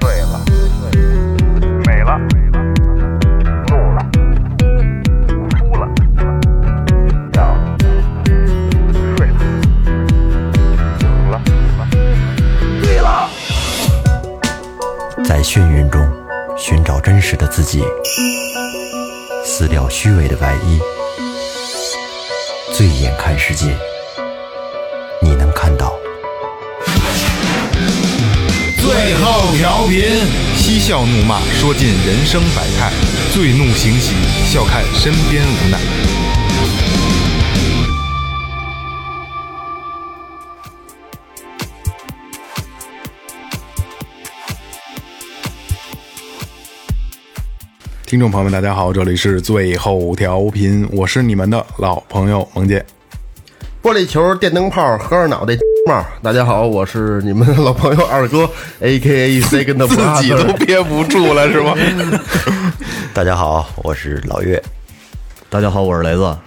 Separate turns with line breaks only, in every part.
了，美了，怒了，哭了，笑了，睡了，醒了，醉了。
在眩晕中寻找真实的自己，撕掉虚伪的外衣，醉眼看世界，你能看到。
最后调频，嬉笑怒骂，说尽人生百态；醉怒行喜，笑看身边无奈。听众朋友们，大家好，这里是最后调频，我是你们的老朋友萌姐。
玻璃球、电灯泡、和尚脑袋帽，大家好，我是你们的老朋友二哥 ，A.K.A. Second Brother，
自己都憋不住了是吗？
大家好，我是老岳。
大家好，我是雷子。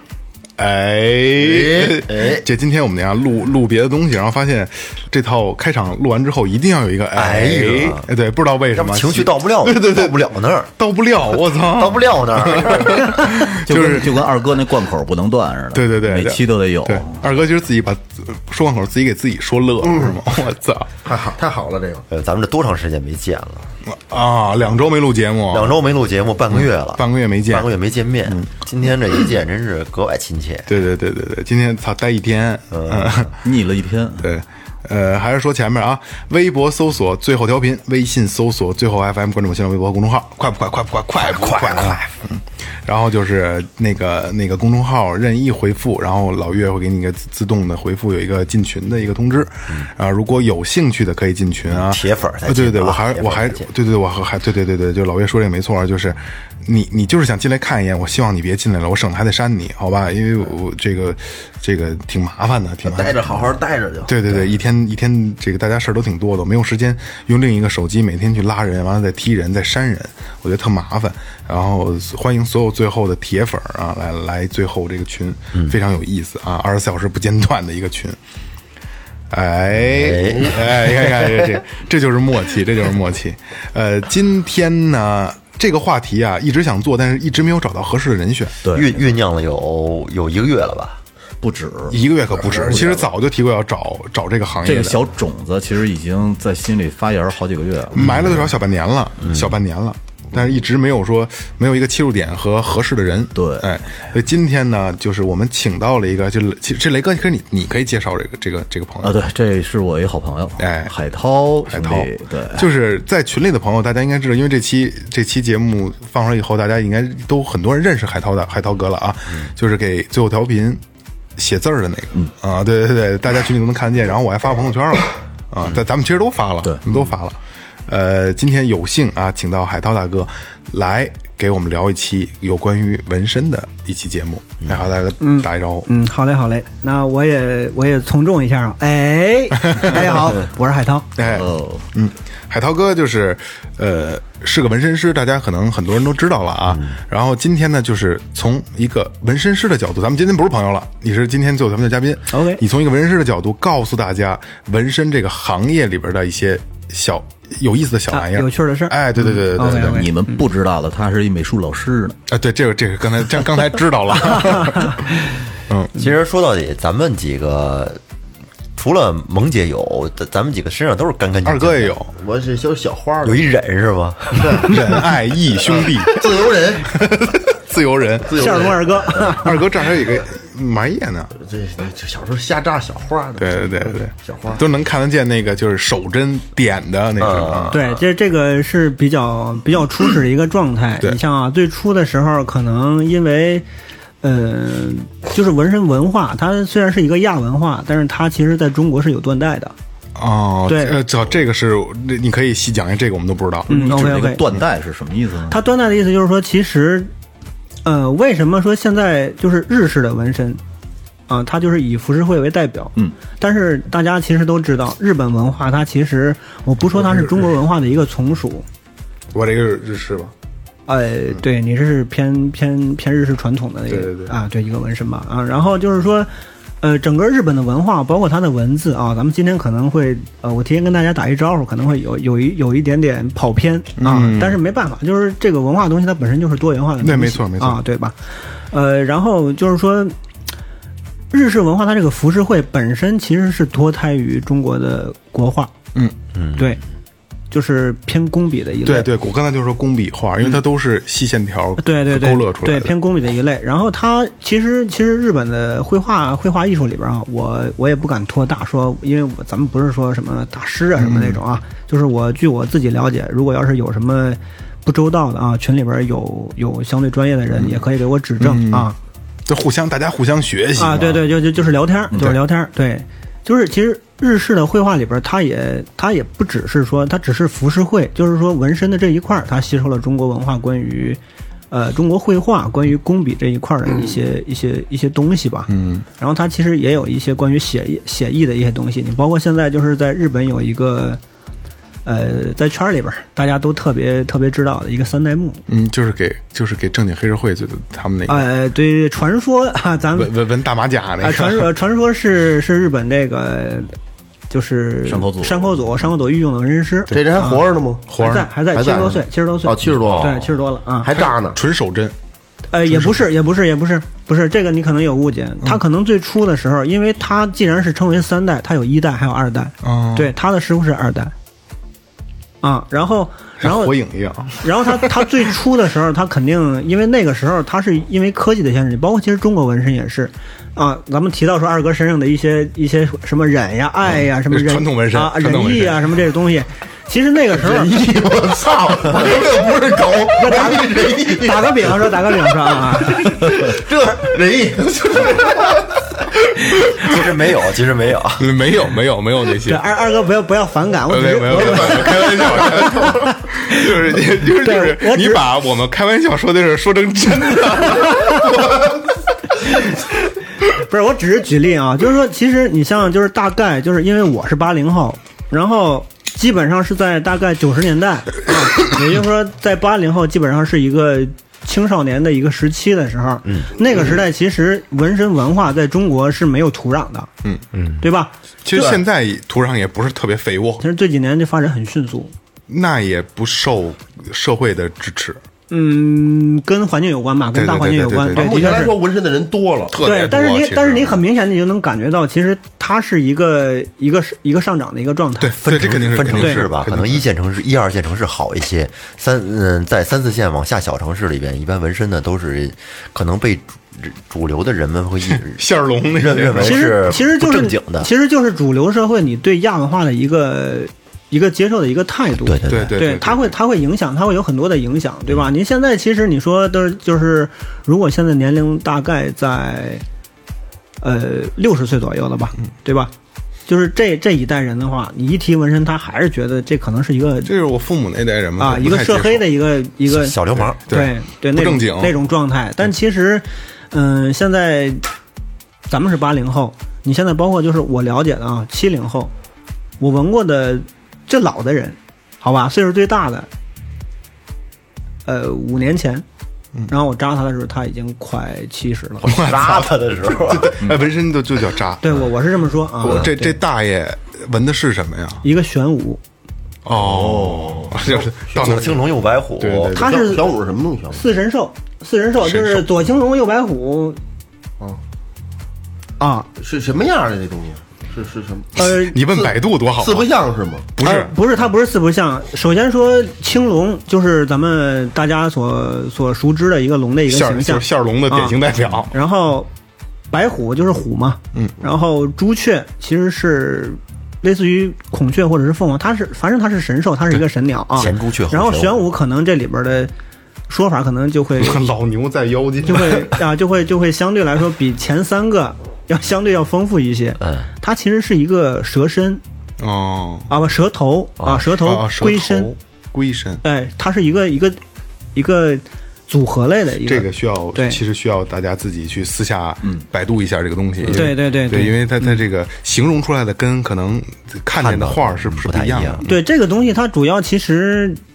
这今天我们要录别的东西，然后发现这套开场录完之后一定要有一个对，不知道为什么
情绪到不了，对，到不了那儿，
到不了，我操，
到不了那儿，
就跟二哥那贯口不能断似的，
对，
每期都得有。
对，二哥就是自己把说贯口自己给自己说乐了，是吗？我操，
太好了，这个。
咱们这多长时间没见了
啊？2周没录节目
，2周没录节目，半个月了，
半个月没
见面。今天这一见真是格外亲切。
对，今天待一天，
腻了一天。
对。还是说前面啊，微博搜索最后调频，微信搜索最后 FM， 关注我新浪微博和公众号，快不快？然后就是那个公众号任意回复，然后老岳会给你一个自动的回复，有一个进群的一个通知。如果有兴趣的可以进群啊，
铁粉才进。
对，我还对，就老岳说这个没错，就是你就是想进来看一眼，我希望你别进来了，我省得还得删你，好吧？因为我这个挺麻烦的，
待着好好待着就。
对，一天这个大家事儿都挺多的，我没有时间用另一个手机每天去拉人，完了再踢人再删人，我觉得特麻烦。然后欢迎所有最后的铁粉啊，来最后这个群，非常有意思啊，24小时不间断的一个群。看这就是默契，今天呢这个话题啊一直想做，但是一直没有找到合适的人选。
对，酝酿了有1个月了吧？
不止
1个月，可不止。其实早就提过要找这个行业的。
这个小种子其实已经在心里发芽好几个月了，
埋了多少小半年了，但是一直没有一个切入点和合适的人。
对，
所以今天呢，就是我们请到了一个，这雷哥，你可以介绍这个朋友
啊。对，这是我一个好朋友，海涛，对，
就是在群里的朋友，大家应该知道，因为这期节目放出来以后，大家应该都很多人认识海涛哥了啊，就是给最后调频写字儿的那个啊，对，大家群里都能看得见，然后我还发朋友圈了啊，咱们其实都发了，
对，
我们都发了。今天有幸啊，请到海涛大哥来给我们聊一期有关于纹身的一期节目。海涛大哥打一招呼。
好嘞，那我也从众一下啊。大家好，我是海涛。
海涛哥就是是个纹身师，大家可能很多人都知道了啊。然后今天呢，就是从一个纹身师的角度，咱们今天不是朋友了，你是今天最后咱们的嘉宾。
OK，
你从一个纹身师的角度告诉大家纹身这个行业里边的一些有意思的小玩意儿，
有趣的事儿。
对，
你们不知道的，他是一美术老师呢。
对，这个刚才知道了。
其实说到底，咱们几个除了萌姐有，咱们几个身上都是干干净净。
二哥也有，
我是小花，
有一忍是吧？
忍爱义兄弟，
自由人。
自由人，
相声二哥，
二哥这还有一个麻叶呢。
这小时候瞎扎小花的，
对，
小花
都能看得见那个就是手针点的那个。
对，这个是比较初始的一个状态。你像啊，最初的时候可能因为。就是纹身文化，它虽然是一个亚文化，但是它其实在中国是有断代的。
哦，
对，
这个是你可以细讲一下，这个我们都不知道。
这个断代是什么意思呢？
它断代的意思就是说，其实，为什么说现在就是日式的纹身，它就是以浮世绘为代表。但是大家其实都知道，日本文化它其实我不说它是中国文化的一个从属。
我这个日式吧。
对，你这是偏日式传统的那个，
对
啊，对，一个纹身吧啊，然后就是说， 整个日本的文化，包括它的文字啊，咱们今天可能会我提前跟大家打一招呼，可能会有一点点跑偏啊，但是没办法，就是这个文化东西它本身就是多元化的东西，
对，没错
啊，对吧？然后就是说，日式文化它这个浮世绘本身其实是脱胎于中国的国画，对。就是偏工笔的一类，
对，我刚才就说工笔画，因为它都是细线条，
对勾
勒出来的，
对偏工笔的一类。然后它其实日本的绘画艺术里边啊，我也不敢托大说，因为咱们不是说什么大师啊什么那种啊，就是据我自己了解，如果要是有什么不周到的啊，群里边有相对专业的人，也可以给我指正啊。
就大家互相学习
啊，对，就是聊天，对，就是其实。日式的绘画里边，它也不只是说，它只是浮世绘，就是说纹身的这一块，它吸收了中国文化关于，中国绘画关于工笔这一块的一些东西吧。然后它其实也有一些关于写意的一些东西。你包括现在就是在日本有一个，在圈里边大家都特别知道的一个三代目。
就是给正经黑社会他们那个。
对，传说啊，咱们
纹大马甲那个。
传说是日本这个。就是山口组御用的纹身师，
这人还活着呢吗？
活着，还在70多岁
哦，70多，
对，70多了啊，
还扎呢，
纯手针。
也不是，这个你可能有误解，他可能最初的时候，因为他既然是称为3代，他有1代还有2代，对，他的师傅是2代，啊，然后
火影一样，
然后他最初的时候，他肯定因为那个时候他是因为科技的限制，包括其实中国纹身也是。啊，咱们提到说二哥身上的一些什么忍呀、爱呀、什么
传统纹身
啊、仁义啊，什么这些东西，其实那个时候，
仁义，我操，这不是狗，
打个比方说啊，
这仁义
其实没有那些。
这二哥不要反感，我
没有开玩笑，就是你把我们开玩笑说的是说成真的。
不是，我只是举例啊，就是说，其实你像就是大概就是因为我是80后，然后基本上是在大概90年代啊，也就是说在80后基本上是一个青少年的一个时期的时候，那个时代其实纹身文化在中国是没有土壤的，对吧？
其实现在土壤也不是特别肥沃，
其实这几年就发展很迅速，
那也不受社会的支持。
跟环境有关吧，跟大环境有关。对，
目前来说纹身的人多了，
对，但是你很明显你就能感觉到，其实它是一个上涨的一个状态。
对，这肯定是
分城市吧，可能1线城市、1、2线城市好一些，在3、4线往下小城市里边，一般纹身的都是可能被主流的人们会
线龙
认为是不正经的，
其实就是主流社会你对亚文化的一个接受的一个态度，
对，
它会影响，它会有很多的影响，对吧？您现在其实你说的就是，如果现在年龄大概在60岁左右了吧，对吧？就是这一代人的话，你一提纹身，他还是觉得这可能是一个，
这是我父母那代人嘛
啊，一个涉黑的一个
小流氓，
对
不正经
那种状态。但其实，现在咱们是80后，你现在包括就是我了解的啊，70后，我闻过的。这老的人，好吧，岁数最大的，5年前，然后我扎他的时候，他已经快70了。
我扎他的时候，
纹身就叫扎。
对，我是这么说啊。
这大爷纹的是什么呀？
一个玄武。
哦，就是
左青龙右白虎。
对，
他是
玄武是什么东西？
四神兽就是左青龙右白虎。
是什么样的这东西？是什么？
你问百度多好。
四不像是吗？
不是，它不是四不像。首先说青龙就是咱们大家所熟知的一个龙的一个形象，
就是线龙的典型代表。
然后白虎就是虎嘛，然后朱雀其实是类似于孔雀或者是凤凰，反正它是神兽，它是一个神鸟啊。
前朱雀，
然后玄武可能这里边的说法可能就会
老牛在腰间，
就会相对来说比前3个。相对要丰富一些，它其实是一个蛇身蛇头龟身，哎，它是一个组合类的一个，
这个其实需要大家自己去私下百度一下这个东西，
对，
因为它这个形容出来的跟可能看见的画是不是不一样的？
对，这个东西它主要其实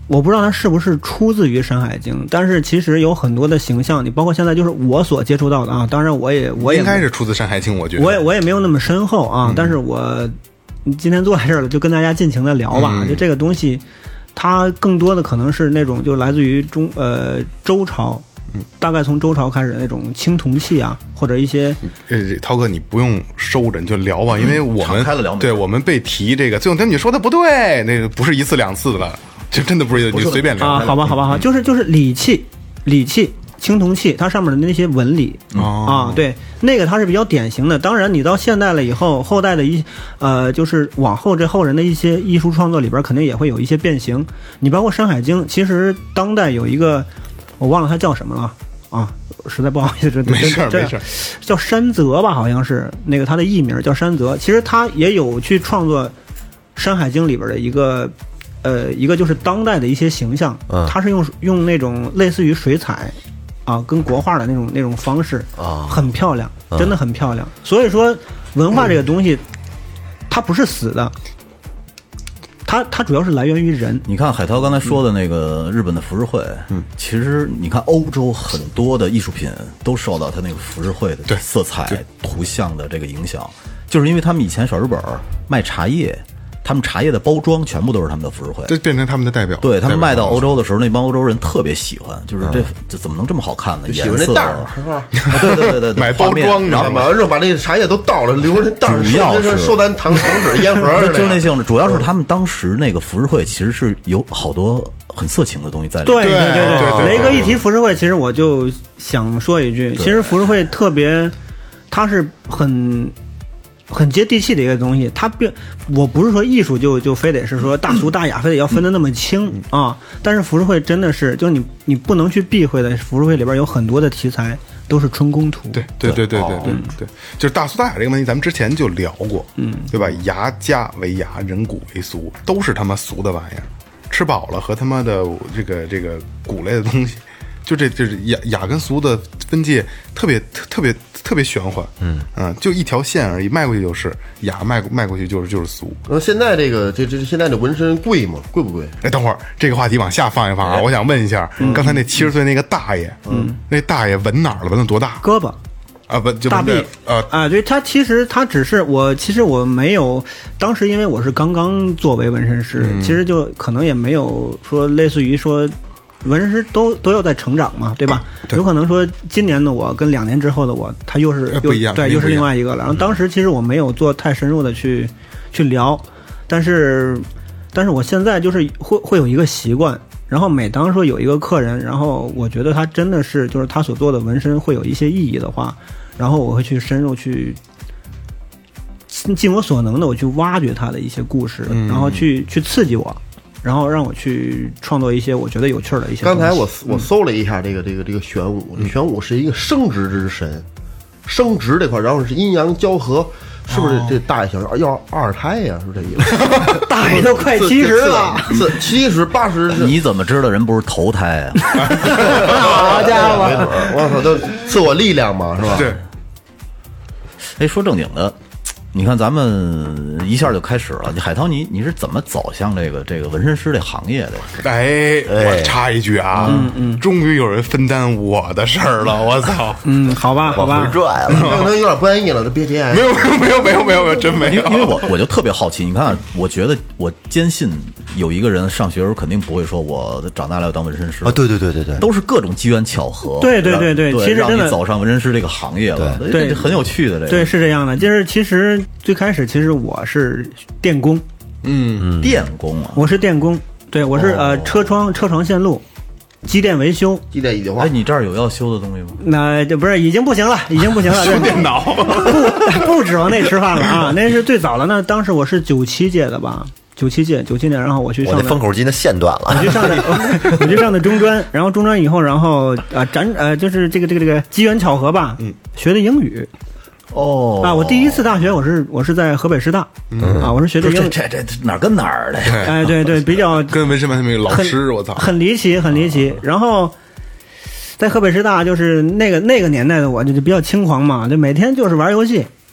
我不知道它是不是出自于《山海经》，但是其实有很多的形象，你包括现在就是我所接触到的啊，当然我也
应该是出自《山海经》，我觉得
我也没有那么深厚啊，但是我今天坐在这儿了，就跟大家尽情的聊吧。就这个东西，它更多的可能是那种就来自于周朝。大概从周朝开始那种青铜器啊，或者一些
涛哥你不用收着，你就聊吧，因为我们
开了聊，
对我们被提这个，最后你说的不对，那个不是一次两次的了，这真的不是你随便聊
啊。好吧，就是礼器、青铜器，它上面的那些纹理啊，对，那个它是比较典型的。当然，你到现代了以后，后代的就是往后这后人的一些艺术创作里边，肯定也会有一些变形。你包括《山海经》，其实当代有一个。我忘了它叫什么了啊，实在不好意思，
没事，
叫山泽吧，好像是那个它的艺名叫山泽。其实他也有去创作《山海经》里边的一个就是当代的一些形象，他是用那种类似于水彩啊，跟国画的那种方式啊，很漂亮，真的很漂亮。所以说，文化这个东西，它不是死的。它主要是来源于人。
你看海涛刚才说的那个日本的浮世绘，其实你看欧洲很多的艺术品都受到它那个浮世绘的色彩、图像的这个影响，就是因为他们以前小日本卖茶叶，他们茶叶的包装全部都是他们的浮世绘，
这变成他们的代表。
对他们卖到欧洲的时候，那帮欧洲人特别喜欢，就是这怎么能这么好看呢？
喜欢那袋儿是吧？
对，
买包装，
然后把那个茶叶都倒了，留着那袋儿，
主要是
收咱糖纸烟盒儿，
就是那性质。主要是他们当时那个浮世绘其实是有好多很色情的东西在里面。
对，雷哥一提浮世绘，其实我就想说一句，其实浮世绘特别，它是很接地气的一个东西，我不是说艺术就非得是说大俗大雅，非得要分得那么清啊。但是浮世绘真的是，就是你不能去避讳的，浮世绘里边有很多的题材都是春宫图。
对，就是大俗大雅这个问题，咱们之前就聊过，对吧？雅家为雅，人骨为俗，都是他妈俗的玩意儿，吃饱了和他妈的这个骨类的东西。就是雅跟俗的分界特别玄幻，就一条线而已，迈过去就是雅，迈过去就是俗。
现在现在的纹身贵吗？贵不贵？
哎，等会儿这个话题往下放一放啊，我想问一下，刚才那70岁那个大爷，那大爷纹哪儿了？纹了多大？
胳膊。
啊不，就
大臂对，他其实只是我没有，当时因为我是刚刚作为纹身师，其实就可能也没有说类似于说。纹身师都要在成长嘛，对吧？有可能说今年的我跟2年之后的我，他又不一样，对，又是另外一个了。然后当时其实我没有做太深入的去聊，但是我现在就是会有一个习惯，然后每当说有一个客人，然后我觉得他真的是就是他所做的纹身会有一些意义的话，然后我会去深入去尽我所能的我去挖掘他的一些故事，然后去刺激我。然后让我去创作一些我觉得有趣的一些东西。
刚才我搜了一下这个玄武，玄武是一个生殖之神，生殖这块，然后是阴阳交合，是不是这大爷小孩要2胎呀？是不是这意思？
大爷都快70了
，70、80，
你怎么知道人不是头胎啊？
好家伙，
我操，都赐我力量嘛，是吧？
对。
哎，说正经的。你看，咱们一下就开始了。海涛，你是怎么走向这个纹身师这行业的？
哎，我插一句啊，终于有人分担我的事儿了，我操！
好吧，
拽了，可能有点不愿意了，都别提。
没有，真没有。
因为我就特别好奇，你看，我觉得我坚信有一个人上学时候肯定不会说我长大了要当纹身师
啊，对，
都是各种机缘巧合，
对，其实
让你走上纹身师这个行业了，对，很有趣的这个。
对，是这样的，就是其实。最开始其实我是电工，
电工啊，
我是电工，对我是车床线路，机电维修，
机电已经化。
哎，你这儿有要修的东西吗？
那就不是已经不行了，
修电脑，
不指望那吃饭了啊！那是最早的，那当时我是97届的吧，97年，然后我去上的
封口机的线断了，
我去上的中专，然后中专以后，然后就是这个机缘巧合吧，学的英语。我第一次大学我是在河北师大，我是学的英语。
这哪儿跟哪儿的？
哎，对，比较
跟纹身班那个老师，我操，
很离奇。然后在河北师大，就是那个年代的我就比较轻狂嘛，就每天就是玩游戏，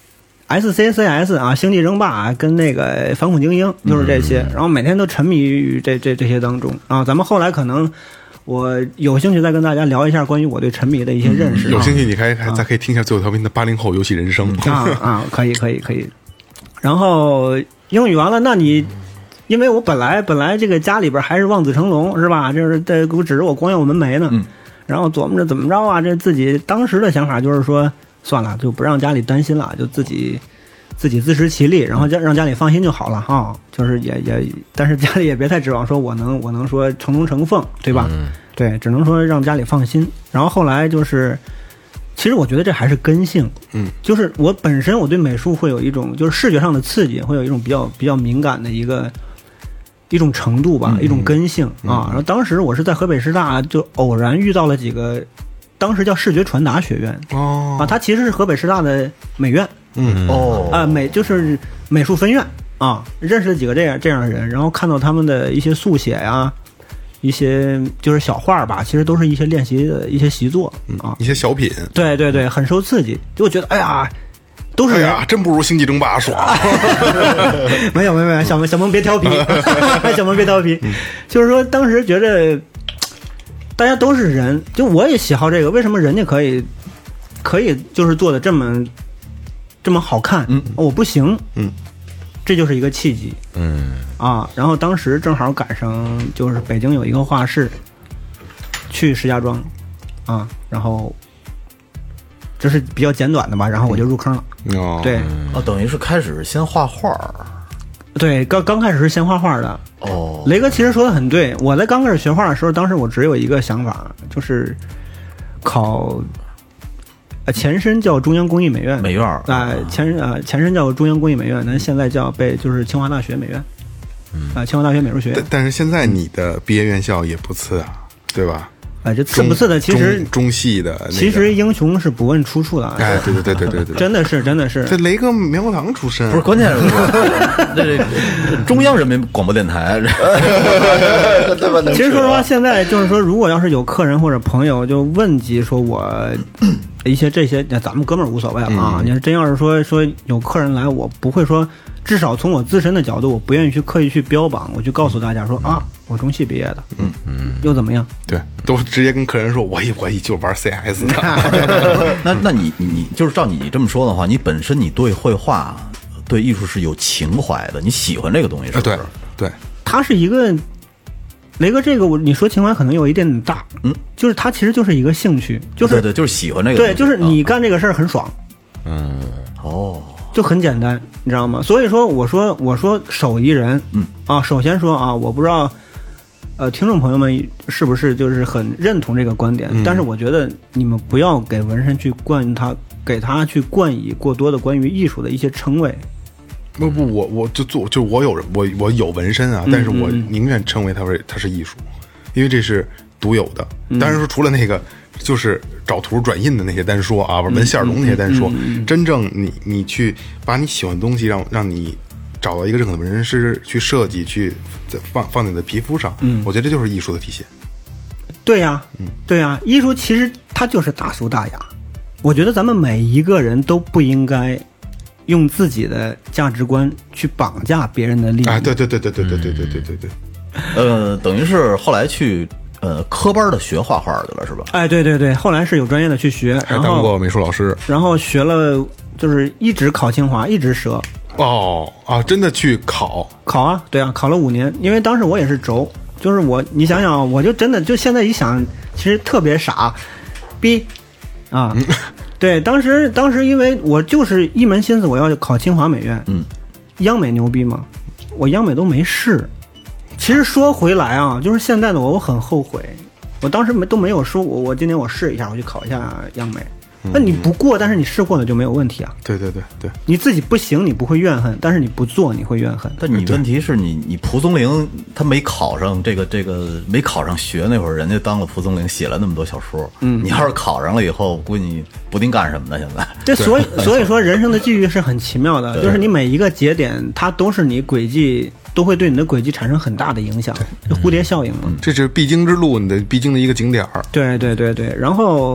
SCCS 啊，星际争霸啊，跟那个反恐精英就是这些，然后每天都沉迷于这些当中啊。咱们后来可能我有兴趣再跟大家聊一下关于我对沉迷的一些认识。
有兴趣你咱可以听一下最后调频的80后游戏人生
可以。然后英语完了，那你因为我本来这个家里边还是望子成龙是吧？就是这指着我光耀门楣呢。然后琢磨着怎么着啊，这自己当时的想法就是说，算了，就不让家里担心了，就自己自食其力，然后让家里放心就好了哈。就是也，但是家里也别太指望说我能说成龙成凤，对吧？对，只能说让家里放心。然后后来就是，其实我觉得这还是根性，就是我本身我对美术会有一种就是视觉上的刺激，会有一种比较敏感的一种程度吧，一种根性啊。然后当时我是在河北师大就偶然遇到了几个，当时叫视觉传达学院它其实是河北师大的美院，就是美术分院啊。认识了几个这样的人，然后看到他们的一些速写呀，一些就是小画吧，其实都是一些练习的一些习作
一些小品，
对，很受刺激，就觉得哎呀。都是
真不如星际争霸爽。
没有，小萌别调皮，小萌别调皮。就是说，当时觉得大家都是人，就我也喜好这个，为什么人家可以就是做的这么好看，我不行，这就是一个契机，然后当时正好赶上就是北京有一个画室，去石家庄，然后。这是比较简短的吧，然后我就入坑了。对，
等于是开始先画画。
对，刚开始是先画画的。雷哥其实说的很对，我在刚开始学画的时候，当时我只有一个想法，就是考前身叫中央工艺美院，前身叫中央工艺美院，但现在就是清华大学美院，清华大学美术学院。
但是现在你的毕业院校也不次啊，对吧？
这次不次的，其实
中系的，
其实英雄是不问出处的。
对，
真的是。
这雷哥棉花糖出身，
不是关键是这中央人民广播电台。
其实说实话，现在就是说，如果要是有客人或者朋友就问及说我一些这些，咱们哥们儿无所谓了啊。你真要是说有客人来，我不会说，至少从我自身的角度，我不愿意去刻意去标榜，我就告诉大家说我中戏毕业的，又怎么样？
对，都直接跟客人说，我就玩 CS 的。
那你就是照你这么说的话，你本身你对绘画、对艺术是有情怀的，你喜欢这个东西是不是？
对，
它是一个雷哥，这个你说情怀可能有一点大，就是它其实就是一个兴趣，就是
对，就是喜欢这个东西，
对，就是你干这个事儿很爽，就很简单，你知道吗？所以说，我说手艺人，首先说我不知道。听众朋友们是不是就是很认同这个观点？但是我觉得你们不要给纹身去给他去冠以过多的关于艺术的一些称谓。
不，我我有纹身啊，但是我宁愿称为它是艺术，因为这是独有的。当然说除了那个就是找图转印的那些单说啊，纹线龙那些单说，真正你去把你喜欢的东西让你。找到一个认可的纹身师去设计，去放你的皮肤上，我觉得这就是艺术的体现。
对呀，艺术其实它就是大俗大雅。我觉得咱们每一个人都不应该用自己的价值观去绑架别人的利益。
对。
等于是后来去科班的学画画的了，是吧？
对，后来是有专业的去学，
还当过美术老师，
然后学了，就是一直考清华，一直折。
真的去考
啊？对啊，考了5年，因为当时我也是轴，就是你想想，我就真的就现在一想，其实特别傻逼啊。对，当时因为我就是一门心思我要考清华美院，央美牛逼吗？我央美都没试。其实说回来啊，就是现在的我很后悔，我当时都没有说我今年我试一下，我去考一下央美。那你不过，但是你试过了就没有问题啊。
对，
你自己不行，你不会怨恨，但是你不做，你会怨恨。
但你问题是你蒲松龄他没考上这个没考上学那会儿，人家当了蒲松龄，写了那么多小说。你要是考上了以后，估计你不定干什么呢？现在
所以说，人生的际遇是很奇妙的，就是你每一个节点，它都是你轨迹。都会对你的轨迹产生很大的影响，蝴蝶效应嘛。
这是必经之路，你的必经的一个景点。
对。然后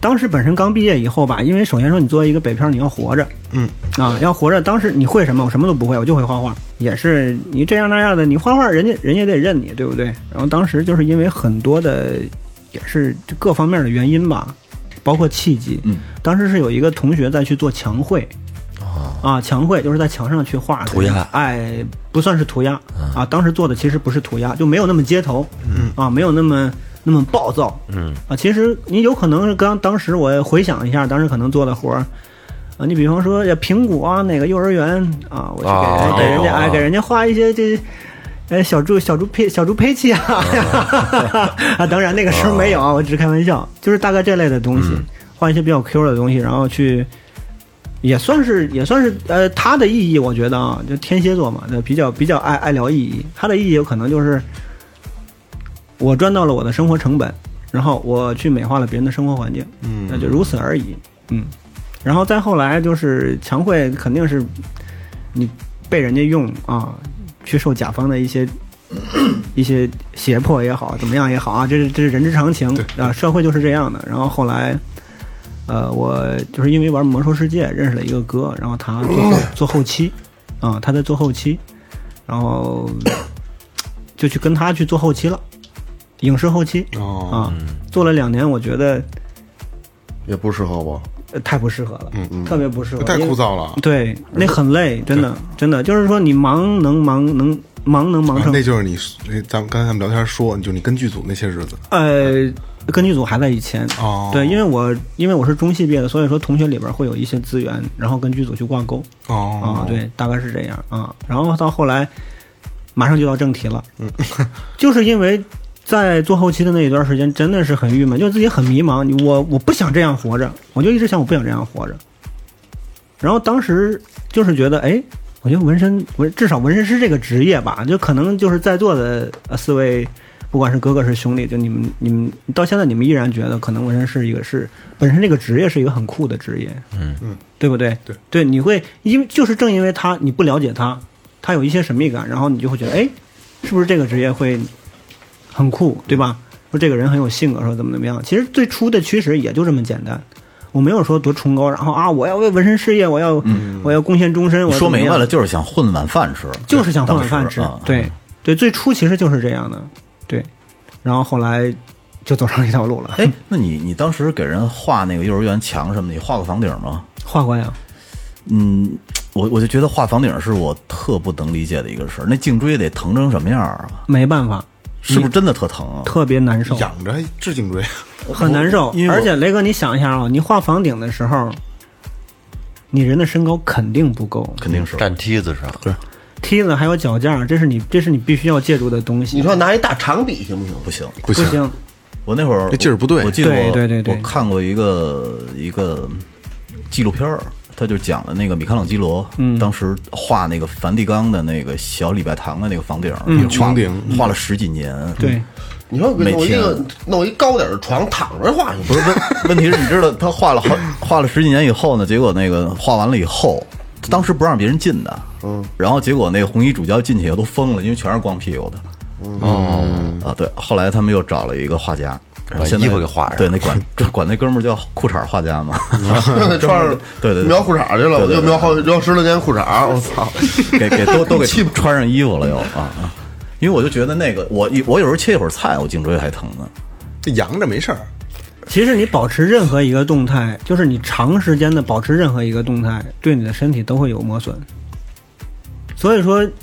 当时本身刚毕业以后吧，因为首先说你作为一个北漂，你要活着，要活着。当时你会什么？我什么都不会，我就会画画。也是你这样那样的，你画画，人家得认你，对不对？然后当时就是因为很多的，也是各方面的原因吧，包括契机。当时是有一个同学在去做墙绘。墙绘就是在墙上去画
涂鸦，
不算是涂鸦啊。当时做的其实不是涂鸦，就没有那么街头，没有那么暴躁，其实你有可能当时我回想一下，当时可能做的活儿，你比方说苹果啊，哪个幼儿园啊，我去给人家画一些小猪佩奇啊，当然那个时候没有啊，我只是开玩笑，就是大概这类的东西，画一些比较 Q 的东西，然后去。也算是它的意义，我觉得啊，就天蝎座嘛，比较爱聊意义。它的意义有可能就是我赚到了我的生活成本，然后我去美化了别人的生活环境，那就如此而已。然后再后来就是墙绘，肯定是你被人家用啊，去受甲方的一些胁迫也好，怎么样也好啊，这是人之常情啊，社会就是这样的。然后后来。我就是因为玩魔兽世界认识了一个哥，然后他做后期，他在做后期，然后就去跟他去做后期了，影视后期做了2年，我觉得
也不适合我，
太不适合了，特别不适合，
太枯燥了。
对，那很累，真的，就是说你忙能忙成，
那就是你刚才咱们聊天说，就你跟剧组那些日子，
跟剧组还在以前对，因为我是中戏毕业的，所以说同学里边会有一些资源，然后跟剧组去挂钩对，大概是这样然后到后来马上就到正题了，就是因为在做后期的那一段时间真的是很郁闷，就自己很迷茫，我不想这样活着，我就一直想我不想这样活着，然后当时就是觉得我觉得至少纹身师这个职业吧，就可能就是在座的4位。不管是哥哥是兄弟，就你们到现在你们依然觉得可能纹身是本身这个职业是一个很酷的职业，对不对？对，你会就是正因为你不了解他有一些神秘感，然后你就会觉得是不是这个职业会很酷，对吧？说这个人很有性格，说怎么样？其实最初的驱使也就这么简单，我没有说多崇高，然后我要为纹身事业，我要贡献终身。
说明白了，就是想混碗饭吃，
就是想混碗饭吃。对，最初其实就是这样的。对，然后后来就走上这条路了。
那你当时给人画那个幼儿园墙什么的，你画过房顶吗？
画过呀。
我就觉得画房顶是我特不能理解的一个事儿。那颈椎得疼成什么样啊？
没办法，
是不是真的特疼啊？
特别难受，
养着治颈椎
很难受。而且雷哥，你想一下你画房顶的时候，你人的身高肯定不够，
肯定是
站梯子上。
对。
梯子还有脚架，这是你必须要借助的东西。
你说拿一大长笔行不行？
不行。
我那会儿
这劲儿不对。
我记得
对
我看过一个纪录片儿，他就讲了那个米开朗基罗，当时画那个梵蒂冈的那个小礼拜堂的那个房顶，
穹顶
画了10几年。
对。
你说弄一高点的床躺着画，
不是问题是你知道他画了10几年以后呢，结果那个画完了以后。当时不让别人进的，然后结果那个红衣主教进去也都疯了，因为全是光屁股的，对，后来他们又找了一个画家，
把衣服给画上，
对，那管那哥们儿叫裤衩画家嘛，
穿上对描裤衩去了，又描10来年裤衩，我操，
都给穿上衣服了又因为我就觉得那个我有时候切一会儿菜，我颈椎还疼呢，
这扬着没事儿。
其实你保持任何一个动态，就是你长时间的保持任何一个动态，对你的身体都会有磨损。所以说，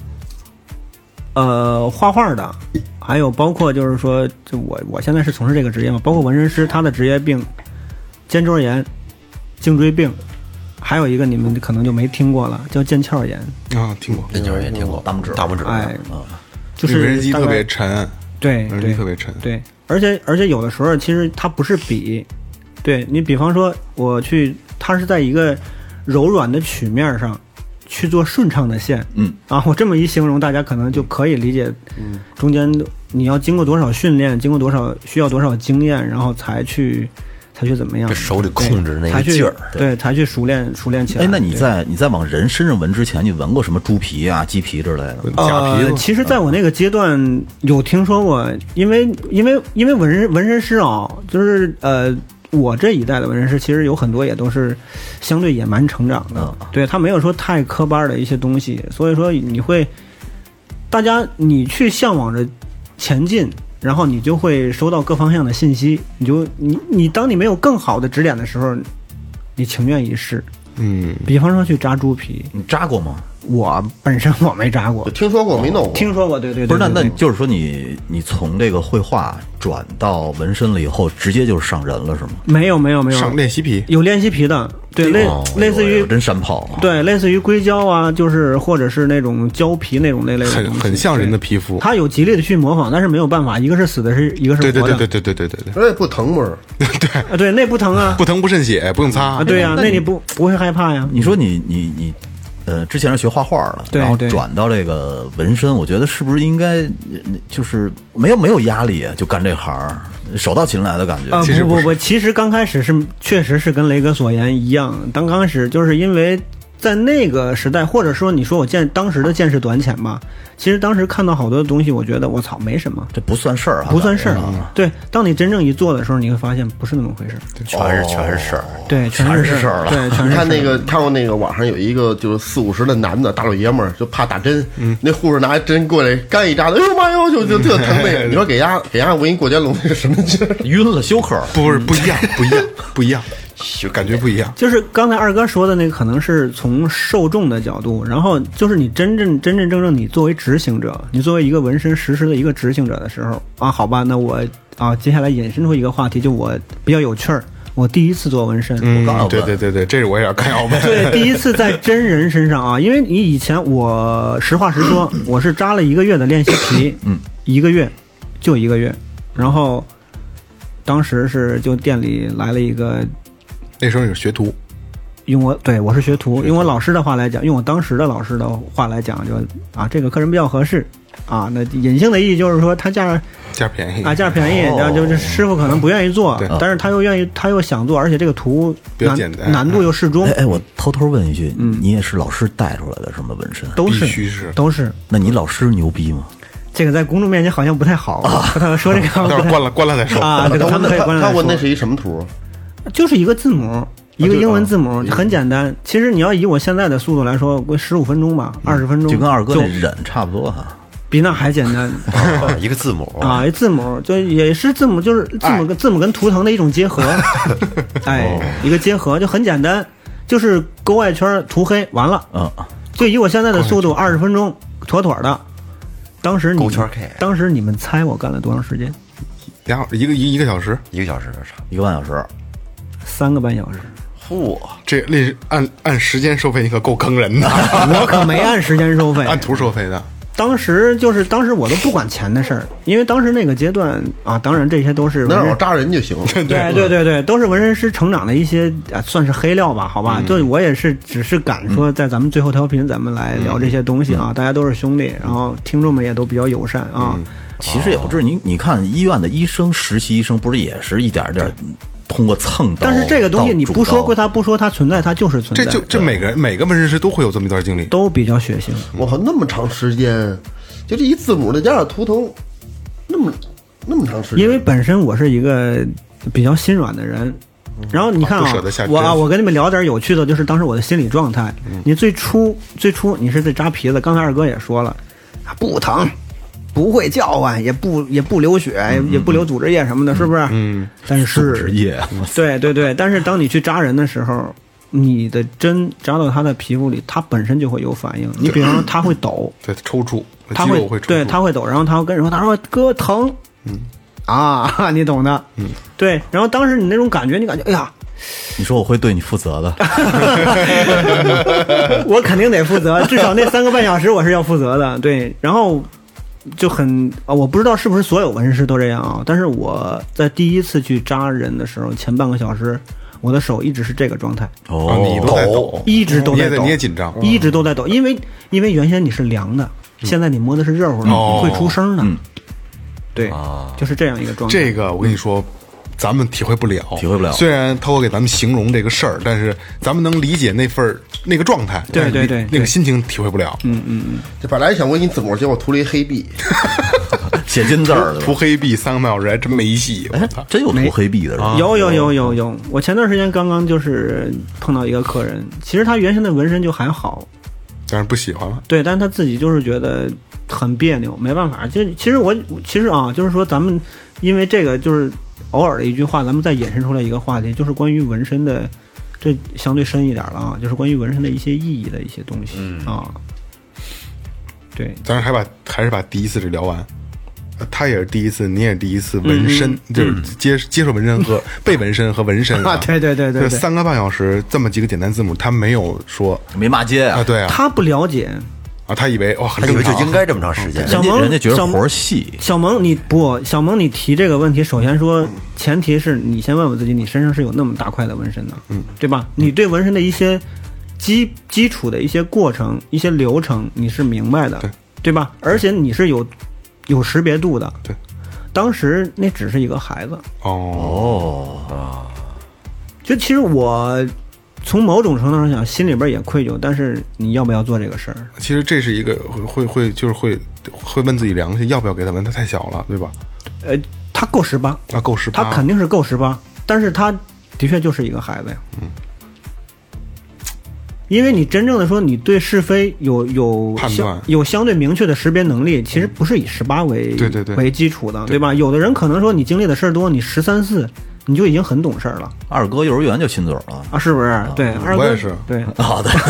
画画的，还有包括就是说，就我现在是从事这个职业嘛，包括纹身师，他的职业病，肩周炎、颈椎病，还有一个你们可能就没听过了，叫腱鞘炎
听过，
腱鞘炎听过，大拇指，
就是
纹身机特别沉，
对，
特别沉，
对。而且有的时候其实它不是笔，对你比方说它是在一个柔软的曲面上去做顺畅的线，我这么一形容，大家可能就可以理解，中间你要经过多少训练，需要多少经验，然后才去怎么样，
手里控制那个劲儿，
对，才去熟练起来。
那你在往人身上纹之前，你纹过什么猪皮啊、鸡皮之类的？
假皮。
其实，在我那个阶段有听说过，因为纹身师就是我这一代的纹身师，其实有很多也都是相对野蛮成长的，对他没有说太科班的一些东西，所以说你去向往着前进，然后你就会收到各方向的信息，你当你没有更好的指点的时候，你情愿一试。比方说去扎猪皮，
你扎过吗？
我本身我没扎过，
听说过没弄过？
听说过，对。
不是，那就是说你从这个绘画转到纹身了以后，直接就是上人了是吗？
没有，
上练习皮，
有练习皮的，对，类似于
真山炮，
对，类似于硅胶啊，就是或者是那种胶皮那种类的东西，
很像人的皮肤。
它有极力的去模仿，但是没有办法，一个是死的，一个是活的。
对，
而且不疼不是？
对，那不疼啊，
不疼不渗血，不用擦
啊。对呀，那你不会害怕呀？
你说你之前是学画画的，然后转到这个纹身，我觉得是不是应该就是没有压力就干这行，手到擒来的感觉？
不，其实刚开始确实是跟雷哥所言一样，刚开始就是因为在那个时代，或者说你说我当时的见识短浅吧，其实当时看到好多东西，我觉得我操没什么，
这不算事儿啊，
不算事儿。对，当你真正一做的时候，你会发现不是那么回事，
全是事儿，
对，全是事儿了。对，全是。
你看过那个网上有一个就是40-50的男的大老爷们儿，就怕打针，那护士拿针过来干一扎的，哎呦妈哟，就特疼那个。你说给丫我给你过肩龙那是什么劲儿？
晕了休克？
不一样。感觉不一样，
就是刚才二哥说的那个，可能是从受众的角度，然后就是你真正你作为执行者，你作为一个纹身实施的一个执行者的时候啊，好吧，那我接下来引申出一个话题，就我比较有趣儿，我第一次做纹身，
对，这是我也要看要问，
对，第一次在真人身上啊，因为你以前我实话实说，我是扎了1个月的练习皮，1个月，就1个月，然后当时就店里来了一个。
那时候你是学徒，
我是学徒，用我老师的话来讲，用我当时的老师的话来讲，就这个客人比较合适啊。那隐性的意义就是说他价
便宜
价便宜，然后就是师傅可能不愿意做，但是他又想做，而且这个图
比较简单，
难度又适中。
哎，我偷偷问一句，你也是老师带出来的什么纹身？
都是，
必须是，
都是。
那你老师牛逼吗？
这个在公众面前好像不太好，他说这个
关了再说
啊。这个他们可以关了再说。
他问那是一什么图？
就是一个字母，一个英文字母，很简单。其实你要以我现在的速度来说，15分钟吧，20分钟，
就跟二哥那忍差不多哈，
比那还简单。
一个字母
一字母就也是字母，就是字母跟图腾的一种结合。一个结合就很简单，就是勾外圈涂黑完了。就以我现在的速度，20分钟妥妥的。当时你们猜我干了多长时间？
一个小时
，1个小时
，1个半小时
，3个半小时。
嚯，
这按时间收费，你可够坑人的。
我可没按时间收费，
按图收费的。当
时我都不管钱的事儿，因为当时那个阶段当然这些都是
能让我扎人就行了。
对，都是纹身师成长的一些算是黑料吧，好吧。就我也是只是敢说，在咱们最后调频，咱们来聊这些东西大家都是兄弟，然后听众们也都比较友善啊。
其实也不至于，你看医院的医生，实习医生不是也是一点点通过蹭到，
但是这个东西你不说归他不说，它存在，它就是存在。
这每个纹身师都会有这么一段经历，
都比较血腥。
我靠，那么长时间，就这一字母再加上图腾，那么长时间。
因为本身我是一个比较心软的人，然后你看我跟你们聊点有趣的，就是当时我的心理状态。你最初你是在扎皮子，刚才二哥也说了，不疼。不会叫唤，也不流血，也不流组织液什么的，是不是？但是
组织液，
对。但是当你去扎人的时候，你的针扎到他的皮肤里，他本身就会有反应。你比方说他会抖，
对，抽搐，
他会对，他会抖，然后他会跟人说，他说哥疼，你懂的，对。然后当时你那种感觉，哎呀。
你说我会对你负责的，
我肯定得负责，至少那3个半小时我是要负责的，对。然后就很我不知道是不是所有纹身师都这样啊，但是我在第一次去扎人的时候，前半个小时我的手一直是这个状态。
你都在抖，
一直都在抖，
你也紧张，
一直都在抖，因为原先你是凉的，现在你摸的是热乎的，会出声的。对，就是这样一个状态。
这个我跟你说。咱们体会不了。虽然涛哥给咱们形容这个事儿，但是咱们能理解那个状态，
对，
那个心情体会不了。
这本来想问你字母，结果涂了一黑币。
写金字儿的
涂黑壁3个半小时还真没戏，我操！
真有涂黑壁的人。
有，我前段时间刚刚就是碰到一个客人，其实他原先的纹身就还好，
但是不喜欢了。
对，但是他自己就是觉得很别扭，没办法。其实啊，就是说咱们因为这个就是偶尔的一句话，咱们再衍生出来一个话题，就是关于纹身的，这相对深一点了啊，就是关于纹身的一些意义的一些东西啊。对，
当然还是把第一次这聊完。他也是第一次，你也是第一次纹身，就是接受纹身和被纹身和纹身
啊。对，这
3个半小时这么几个简单字母，他没有说
没骂街啊。
对啊，
他不了解
啊，他以为
他以为就应该这么长时间。
人家觉得活细。
小萌，你提这个问题，首先说前提是你先问问自己，你身上是有那么大块的纹身的，对吧？你对纹身的一些基础的一些过程、一些流程，你是明白的，对吧？而且你是有识别度的。
对，
当时那只是一个孩子。就其实我从某种程度上讲，心里边也愧疚，但是你要不要做这个事儿？
其实这是一个会问自己良心，要不要给他纹？他太小了，对吧？
他够18啊，
够18，
他肯定是够18，但是他的确就是一个孩子呀。因为你真正的说，你对是非有
判断，
有相对明确的识别能力，其实不是以18为基础的，对吧？有的人可能说你经历的事儿多，你13、14，你就已经很懂事儿了。
二哥幼儿园就亲嘴了啊，
是不是？对，二哥
我也是。
对，
好的。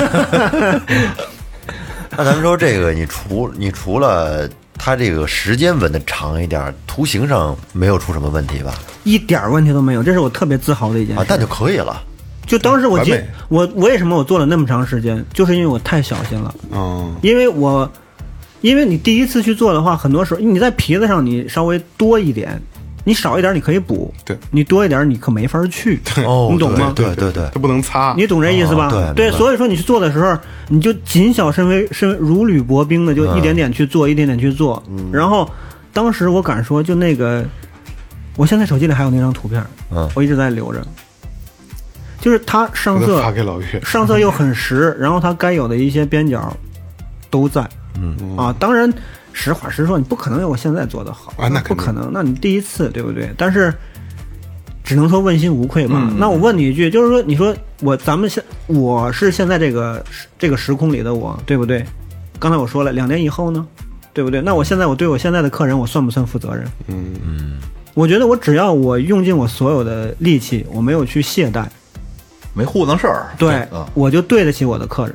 那咱们说这个，你除了他这个时间纹的长一点，图形上没有出什么问题吧？
一点问题都没有，这是我特别自豪的一件事。
那就可以了。
就当时我为什么我做了那么长时间，就是因为我太小心了。因为你第一次去做的话，很多时候你在皮子上你稍微多一点，你少一点你可以补，
对，
你多一点你可没法去，你懂吗？
对，
它不能擦，
你懂这意思吧？对，所以说你去做的时候，你就谨小慎微，如履薄冰的，就一点点去做，一点点去做。然后当时我敢说，就那个，我现在手机里还有那张图片，我一直在留着。就是它上色
发给老岳，
上色又很实，然后它该有的一些边角都在。当然实话实说，你不可能有我现在做的好
啊，那
不可能。那你第一次，对不对？但是只能说问心无愧吧。那我问你一句，就是说，你说我是现在这个时空里的我，对不对？刚才我说了，2年以后呢，对不对？那我现在我对我现在的客人，我算不算负责任？我觉得我只要我用尽我所有的力气，我没有去懈怠。
没糊弄事儿，
对，我就对得起我的客人。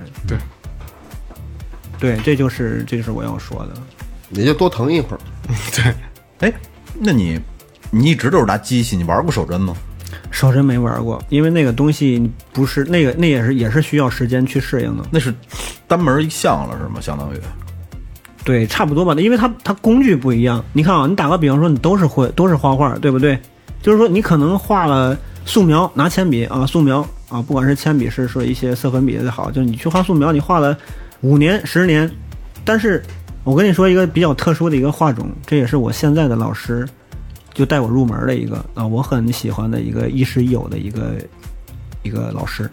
对，这就是我要说的。
你就多疼一会儿。
对，
那你一直都是拿机器，你玩过手针吗？
手针没玩过，因为那个东西不是那也是需要时间去适应的。
那是单门一项了是吗？相当于。
对，差不多吧。因为它工具不一样。你看啊，你打个比方说，你都是画画，对不对？就是说你可能画了素描，拿铅笔啊，素描。不管是铅笔是说一些色粉笔也好，就是你去画素描，你画了5年、10年，但是我跟你说一个比较特殊的一个画种，这也是我现在的老师就带我入门的一个我很喜欢的一个亦师亦友的一个老师，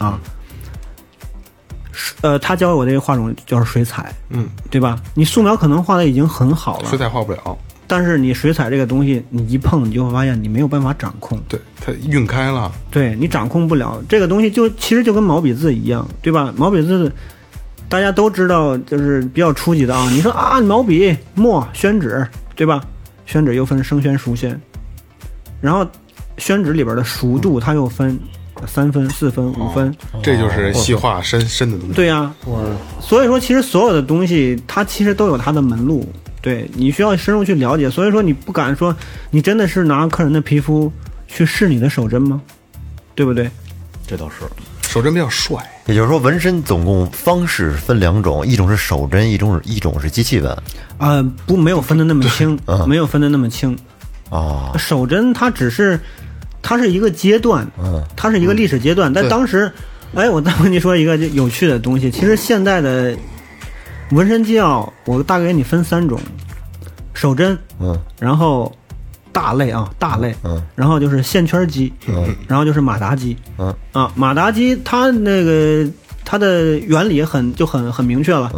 他教我这个画种叫水彩，对吧？你素描可能画的已经很好了，
水彩画不了。
但是你水彩这个东西，你一碰你就会发现你没有办法掌控，
对，它晕开了，
对你掌控不了这个东西，其实就跟毛笔字一样，对吧？毛笔字大家都知道，就是比较初级的啊。你说啊，毛笔、墨、宣纸，对吧？宣纸又分生宣、熟宣，然后宣纸里边的熟度它又分3分、4分、5分，
这就是细化深的东西。
对呀，所以说其实所有的东西它其实都有它的门路。对，你需要深入去了解，所以说你不敢说你真的是拿客人的皮肤去试你的手针吗？对不对？
这倒是，
手针比较帅。
也就是说，纹身总共方式分2种，一种是手针，一种是机器纹。
没有分的那么清，没有分的那么清。手针它是一个阶段，它是一个历史阶段。但当时，我再跟你说一个有趣的东西，其实现在的纹身教我大概给你分3种，手针，然后大类，然后就是线圈机，然后就是马达机，马达机它的原理很明确了，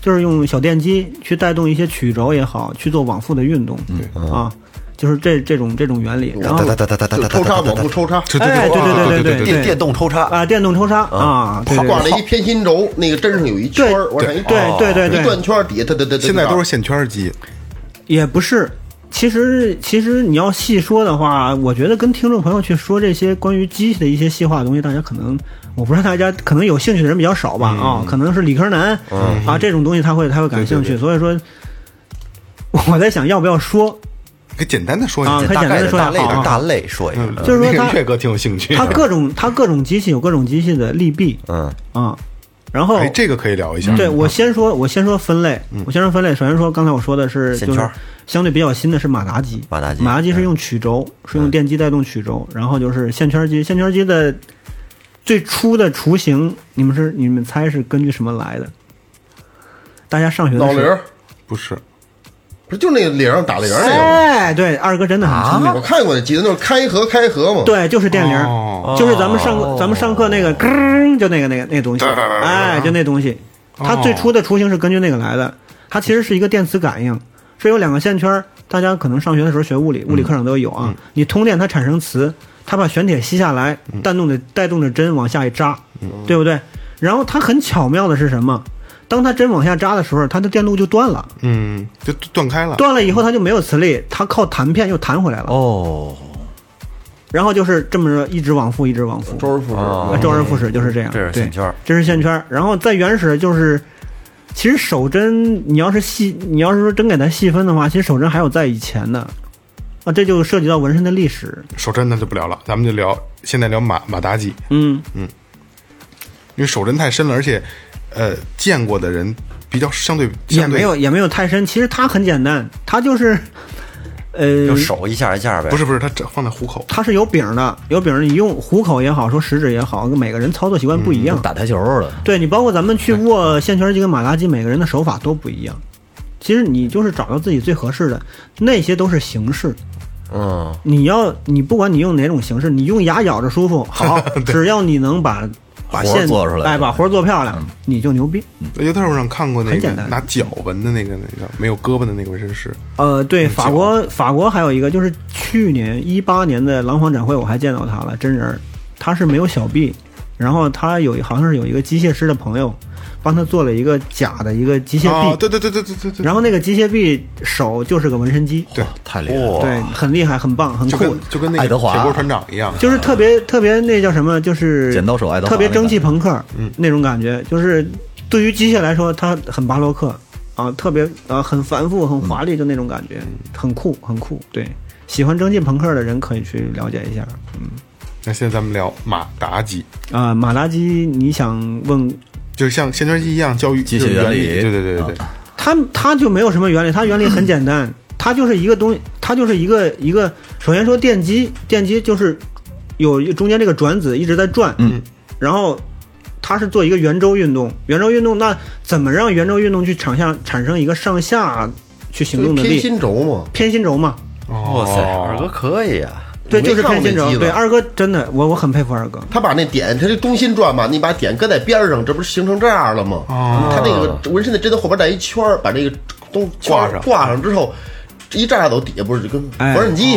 就是用小电机去带动一些曲轴也好，去做往复的运动，啊，就是这种原理。然后
就抽插往复抽插，
哎，对，
电动抽插
啊，电动抽插啊，对，
挂了一偏心轴，那个针上有一圈儿，往上一
对，
一转圈底下，
现在都是线圈机，
也不是。其实你要细说的话，我觉得跟听众朋友去说这些关于机器的一些细化的东西，大家可能我不知道大家可能有兴趣的人比较少吧，啊，可能是理科男啊这种东西他会感兴趣，所以说我在想要不要说。
可以简单的说一下，
可以简单的说一下，
大类说一下，
就是说
岳哥挺有兴趣，
它各种机器有各种机器的利弊，然后
这个可以聊一下。
对，我先说分类，首先说刚才我说的是就是相对比较新的是马达机，马达机是用曲轴，是用电机带动曲轴，然后就是线圈机的最初的雏形，你们猜是根据什么来的？大家上学的时候
脑铃
不是。
不是就那个铃上打铃那个？
哎，对，二哥真的很聪明。
我看过那机子，那是开合嘛。
对，就是电铃，就是咱们上课那个，就那个东西，哎，就那东西。它最初的雏形是根据那个来的。它其实是一个电磁感应，是有两个线圈，大家可能上学的时候学物理课上都有啊。你通电它产生磁，它把玄铁吸下来，带动着针往下一扎，对不对？然后它很巧妙的是什么？当它针往下扎的时候，它的电路就断了，
就断开了。
断了以后，它就没有磁力，它靠弹片又弹回来了。
哦，
然后就是这么着一直往复，
周
而复始就是这样。
这是线圈，
这是线圈。然后再原始就是，其实手针你要是说真给它细分的话，其实手针还有在以前的啊，这就涉及到纹身的历史。
手针那就不聊了，咱们就现在聊马达机。因为手针太深了，而且。见过的人比较相对
也没有太深，其实它很简单，它就是
就手一下呗。
不是，它放在虎口，
它是有柄的，你用虎口也好，说食指也好，每个人操作习惯不一样。
打台球的，
对你包括咱们去握线圈机跟马达机，每个人的手法都不一样。其实你就是找到自己最合适的，那些都是形式。你不管你用哪种形式，你用牙咬着舒服好，只要你能把线
做出来，
把活做漂亮，你就牛逼。
油特上看过那个拿脚纹的那个没有胳膊的那个纹身师。
对，法国还有一个，就是去年18年的廊坊展会，我还见到他了，真人，他是没有小臂，然后他好像是有一个机械师的朋友帮他做了一个假的一个机械臂。
对。
然后那个机械臂手就是个纹身机。
对，
太厉害了。
对，很厉害，很棒，很酷，
就跟那个
爱德华
铁锅船长一样，
就是特别那叫什么，就是
剪刀手爱德华，
特别蒸汽朋克，那种感觉，就是对于机械来说，它很巴洛克啊，特别很繁复，很华丽，就那种感觉，很酷。对，喜欢蒸汽朋克的人可以去了解一下。
那现在咱们聊马达机
啊，马达机，你想问？
就是像线圈机一样教育
机械原理，
对，
它就没有什么原理，它原理很简单，它就是一个东西，它就是一个，首先说电机就是有中间这个转子一直在转，然后它是做一个圆周运动，那怎么让圆周运动去产生一个上下去行动的力？偏心轴嘛。
哇塞，二哥可以啊。
对，就是偏心轴。对，二哥真的，我很佩服二哥。
他把那点，他这中心转嘛，你把点搁在边上，这不是形成这样了吗？他那个纹身的针的后边带一圈，把这个都挂上之后，一炸走底下不是就跟缝纫机？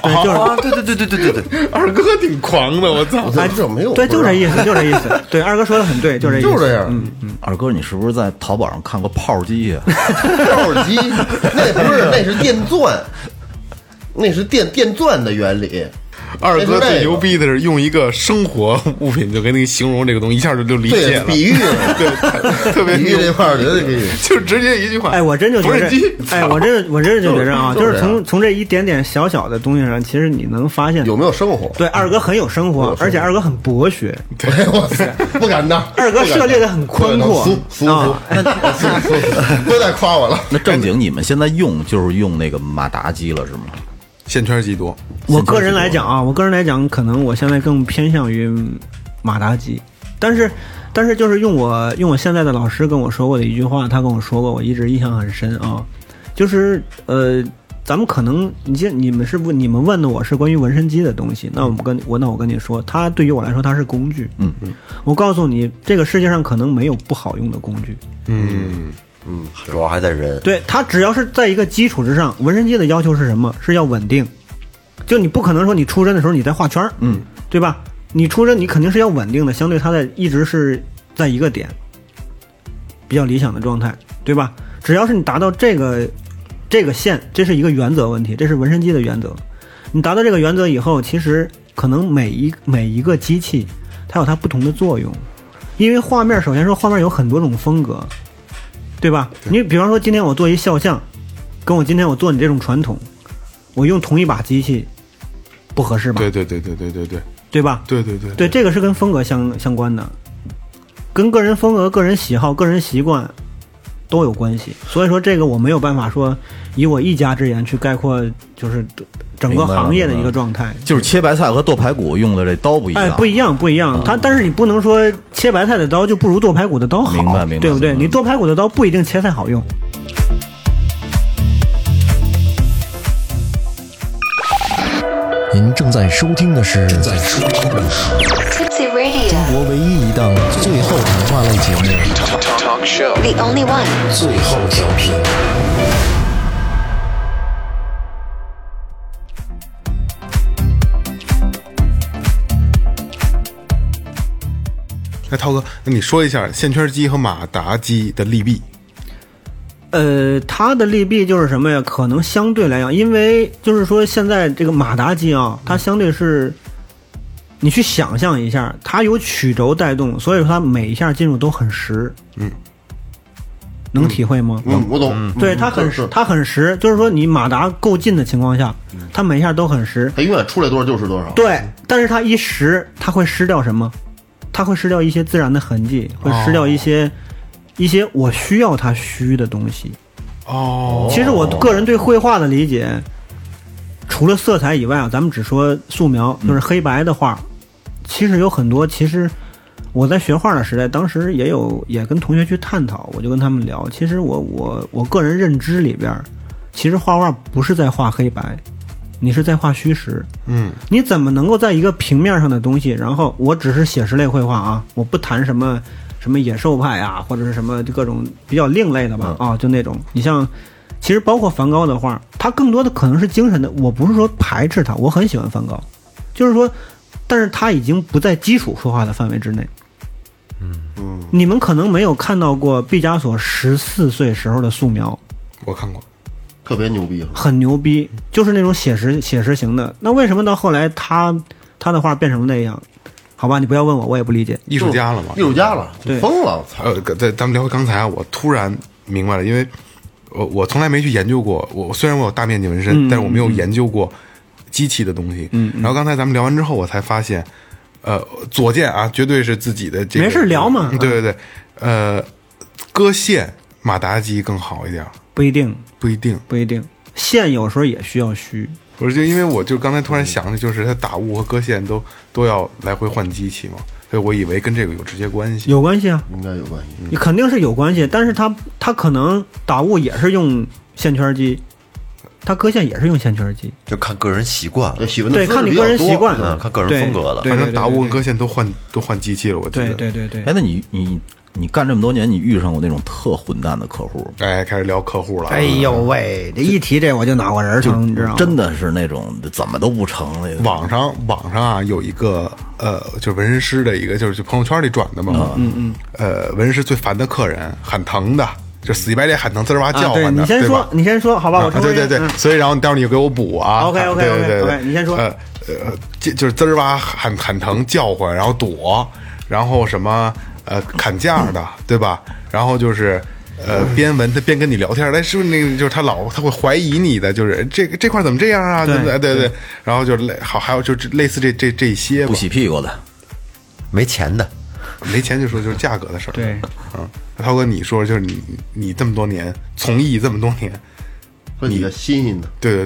对，
二哥挺狂的，我操！
这没有。
对，就这意思。对，二哥说的很对，就这意思。
就这样。
二哥，你是不是在淘宝上看过炮机呀？
炮机那不是，那是电钻。那是电钻的原理。
二哥最牛逼的是用一个生活物品就给你形容这个东西，一下就理解了。
比喻，
对，特别
比喻这块儿觉得可以，
就直接一句话。
我真就觉得，我真就觉着啊，就是从这一点点小小的东西上，其实你能发现
有没有生活。
对，二哥很有生活，而且二哥很博学。
对，哇塞，不敢当。
二哥涉猎的很宽阔。
俗，都在夸我了。
那正经你们现在就是用那个马达机了是吗？
线圈机多。
我个人来讲，可能我现在更偏向于马达机，但是就是用我现在的老师跟我说过的一句话，他跟我说过，我一直印象很深啊，就是咱们可能你们问的我是关于纹身机的东西，那我跟你说，它对于我来说它是工具。我告诉你，这个世界上可能没有不好用的工具。
主要还在人。
对，它只要是在一个基础之上，纹身机的要求是什么？是要稳定。就你不可能说你出针的时候你在画圈儿，对吧？你出针你肯定是要稳定的，相对它一直是在一个点，比较理想的状态，对吧？只要是你达到这个线，这是一个原则问题，这是纹身机的原则。你达到这个原则以后，其实可能每一个机器它有它不同的作用，因为画面首先说画面有很多种风格，对吧？你比方说今天我做一肖像，跟我今天我做你这种传统，我用同一把机器不合适吧？
对，
对吧？
对，
这个是跟风格相关的，跟个人风格、个人喜好、个人习惯都有关系。所以说这个我没有办法说以我一家之言去概括，就是整个行业的一个状态。
就是切白菜和剁排骨用的这刀不一样，
不一样。但是你不能说切白菜的刀就不如剁排骨的刀好，
明白，
对不对？你剁排骨的刀不一定切菜好用。
您正在收听的是中国唯一一档最后谈话类节目
Talk show. The only one.
最后调频。
那涛哥，那你说一下线圈机和马达机的利弊？
它的利弊就是什么呀？可能相对来讲，因为就是说现在这个马达机啊，它相对是，你去想象一下，它有曲轴带动，所以说它每一下进入都很实。能体会吗？
我懂。
对，它很实，就是说你马达够近的情况下，它每一下都很实。
它永远出来多少就是多少。
对，但是它一实，它会失掉什么？它会失掉一些自然的痕迹，会失掉一些我需要它虚的东西。其实我个人对绘画的理解，除了色彩以外啊，咱们只说素描，就是黑白的画，其实有很多。其实我在学画的时代，当时也跟同学去探讨，我就跟他们聊，其实我个人认知里边，其实画画不是在画黑白，你是在画虚实。你怎么能够在一个平面上的东西，然后我只是写实类绘画啊，我不谈什么野兽派啊，或者是什么各种比较另类的吧，就那种。你像其实包括梵高的画，它更多的可能是精神的，我不是说排斥它，我很喜欢梵高，就是说但是它已经不在基础绘画的范围之内。你们可能没有看到过毕加索14岁时候的素描，
我看过，
特别牛逼，
很牛逼，就是那种写实型的。那为什么到后来他的画变成那样？好吧，你不要问我，我也不理解。
艺术家了嘛？
艺术家了，疯了！
咱们聊回刚才啊，我突然明白了，因为我从来没去研究过。我虽然我有大面积纹身，但是我没有研究过机器的东西。然后刚才咱们聊完之后，我才发现，左键啊，绝对是自己的这个。
没事聊嘛。
对，割线马达机更好一点。不一定，线有时候也需要虚。我就因为我就刚才突然想的就是它打雾和割线都要来回换机器嘛，所以我以为跟这个有直接关系。
有关系啊，
应该有关系。
你肯定是有关系，但是它可能打雾也是用线圈机，它割线也是用线圈机，
就看个人习惯了。
对，看你个人习惯，
看个人风格了。
反正打雾跟割线都换机器了，我记得。
对。
哎，那你干这么多年，你遇上过那种特混蛋的客户？
哎，开始聊客户了。
哎呦喂，这一提这我就脑瓜仁疼，你知道吗？
真的是那种怎么都不成那个。
网上啊有一个就是纹身师的一个，就是朋友圈里转的嘛。纹身师最烦的客人喊疼的，就死乞白赖喊疼，滋儿哇叫唤的。
你先说，好吧，我
对。所以然后待会儿你就给我补啊。
OK，你先说。
就是滋儿哇喊疼叫唤，然后躲，然后什么。砍价的，对吧？然后就是边纹他边跟你聊天，但是不是那个就是他会怀疑你的，就是这块怎么这样啊？对，然后就还有就是类似这些
不洗屁股的，
没钱的，
没钱就说就是价格的事儿。
对，
涛哥，你说就是你这么多年从艺这么多年，
你的新鲜的，
对，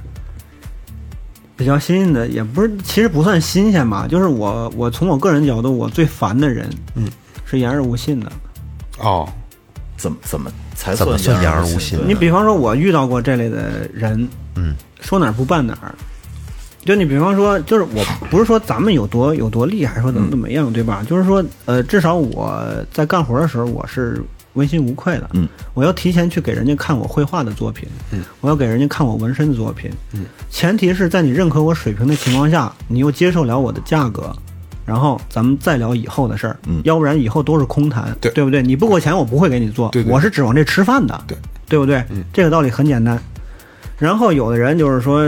比较新鲜的也不是，其实不算新鲜吧，就是我从我个人角度，我最烦的人，是言而无信的。
怎么才
算言而无信？
你比方说，我遇到过这类的人，说哪儿不办哪儿。就你比方说，就是我不是说咱们有多厉害，说怎么样，对吧？就是说，至少我在干活的时候，我是问心无愧的。我要提前去给人家看我绘画的作品，我要给人家看我纹身的作品，前提是在你认可我水平的情况下，你又接受了我的价格，然后咱们再聊以后的事儿，要不然以后都是空谈，对不对？你不给我钱，我不会给你做，我是指望这吃饭的，对不对？这个道理很简单。然后有的人就是说，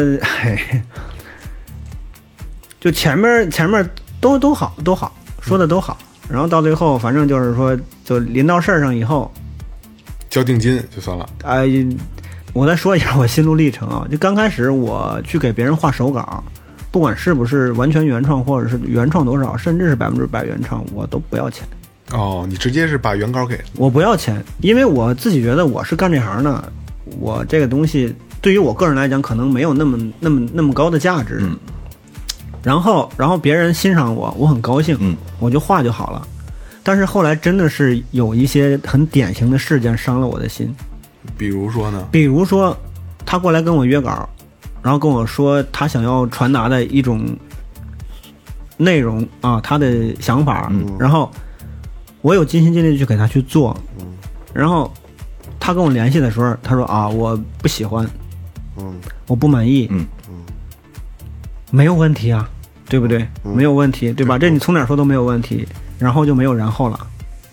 就前面都好，说的都好，然后到最后反正就是说，就临到事儿上以后，
交定金就算了。
我再说一下我心路历程啊，就刚开始我去给别人画手稿，不管是不是完全原创，或者是原创多少，甚至是100%原创，我都不要钱。
哦，你直接是把原稿给
我？不要钱，因为我自己觉得我是干这行的，我这个东西对于我个人来讲，可能没有那么高的价值。然后别人欣赏我，我很高兴，我就画就好了。但是后来真的是有一些很典型的事件伤了我的心。
比如说呢？
比如说，他过来跟我约稿，然后跟我说他想要传达的一种内容啊，他的想法，然后我有尽心尽力去给他去做，然后他跟我联系的时候，他说啊，我不喜欢，我不满意，没有问题啊。对不对？没有问题，对吧？这你从哪儿说都没有问题，然后就没有然后了。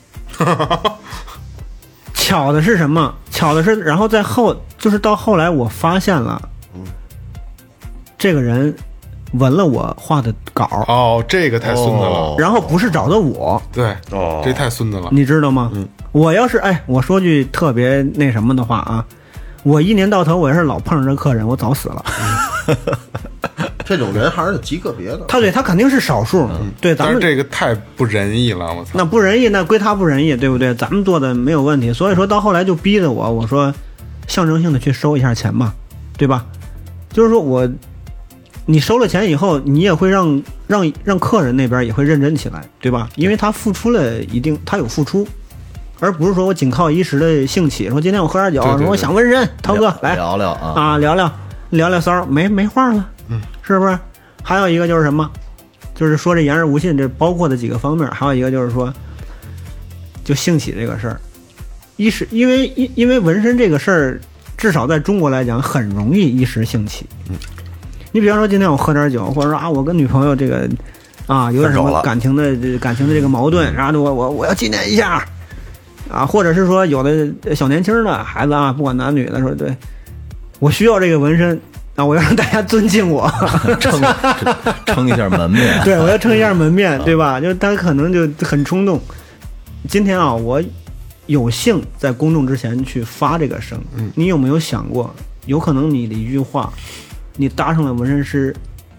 巧的是什么？巧的是，然后就是到后来我发现了，这个人闻了我画的稿。
哦，这个太孙子了。
然后不是找的我。
对，这太孙子了。
你知道吗？我要是我说句特别那什么的话啊，我一年到头我要是老碰上这客人，我早死了。
这种人还是极个别的，
他肯定是少数，对咱们
这个太不仁义了，我操！
那不仁义，那归他不仁义，对不对？咱们做的没有问题，所以说到后来就逼着我说，象征性的去收一下钱嘛，对吧？就是说你收了钱以后，你也会让客人那边也会认真起来，对吧？因为他付出了他有付出，而不是说我仅靠一时的兴起，说今天我喝点酒，说我想纹身，涛哥来
聊聊啊，
聊聊骚，没话了。是不是？还有一个就是什么？就是说这言而无信，这包括的几个方面。还有一个就是说，就兴起这个事儿，一时因为纹身这个事儿，至少在中国来讲，很容易一时兴起。你比方说今天我喝点酒，或者说啊，我跟女朋友这个有点什么感情的这个矛盾，然后我要纪念一下啊，或者是说有的小年轻的孩子啊，不管男女的说，对我需要这个纹身。我要让大家尊敬我，
撑一下门面。
对，我要撑一下门面，对吧？就他可能就很冲动。今天我有幸在公众之前去发这个声，你有没有想过，有可能你的一句话，你搭上了纹身师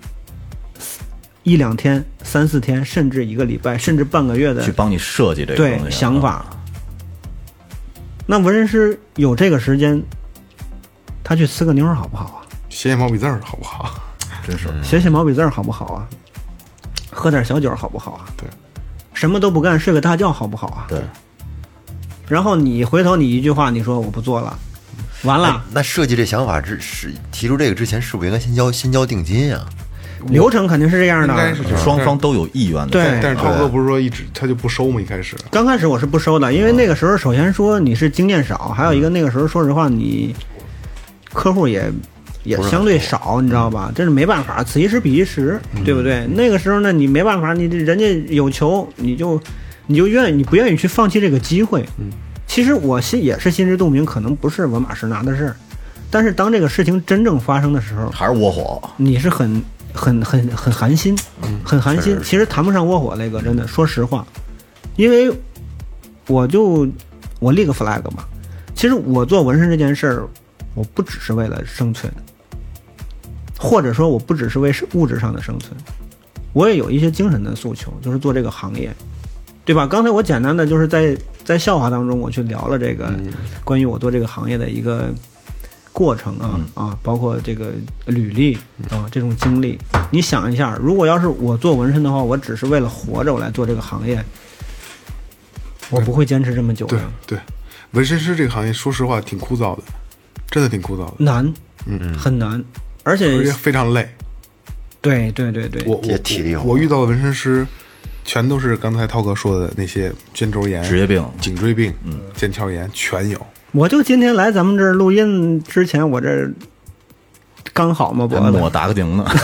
1-2天、3-4天，甚至1个礼拜，甚至半个月的
去帮你设计这个
对想法。那纹身师有这个时间，他去呲个妞好不好啊？
写写毛笔字好不好？
真是
写毛笔字好不好啊？喝点小酒好不好啊？
对，
什么都不干，睡个大觉好不好啊？
对。
然后你回头你一句话，你说我不做了，完了。
那设计这想法提出这个之前，是不是应该先交定金呀？
流程肯定是这样的，
应该是
双方都有意愿的。
对，
但是涛哥不是说一直他就不收吗？一开始
刚开始我是不收的，因为那个时候首先说你是经验少，还有一个那个时候说实话你客户也相对少，你知道吧？这是没办法，此一时彼一时，对不对？那个时候呢，你没办法，人家有求，你就愿意，你不愿意去放弃这个机会。其实我也是心知肚明，可能不是文马师拿的事儿，但是当这个事情真正发生的时候，
还是窝火，
你是很寒心，很寒心。其实谈不上窝火那个，真的，说实话，因为我立个 flag 吧。其实我做纹身这件事儿，我不只是为了生存。或者说我不只是为物质上的生存，我也有一些精神的诉求，就是做这个行业，对吧？刚才我简单的就是在笑话当中我去聊了这个关于我做这个行业的一个过程包括这个履历这种经历。你想一下，如果要是我做纹身的话，我只是为了活着我来做这个行业，我不会坚持这么久的。
对，纹身师这个行业说实话挺枯燥的，真的挺枯燥的，
难，很难。而且
非常累。
对，
我遇到的纹身师， 全都是刚才涛哥说的那些肩周炎、
职业病、
颈椎病、腱鞘炎全有。
我就今天来咱们这儿录音之前，我这刚好嘛，脖子
我打个钉呢，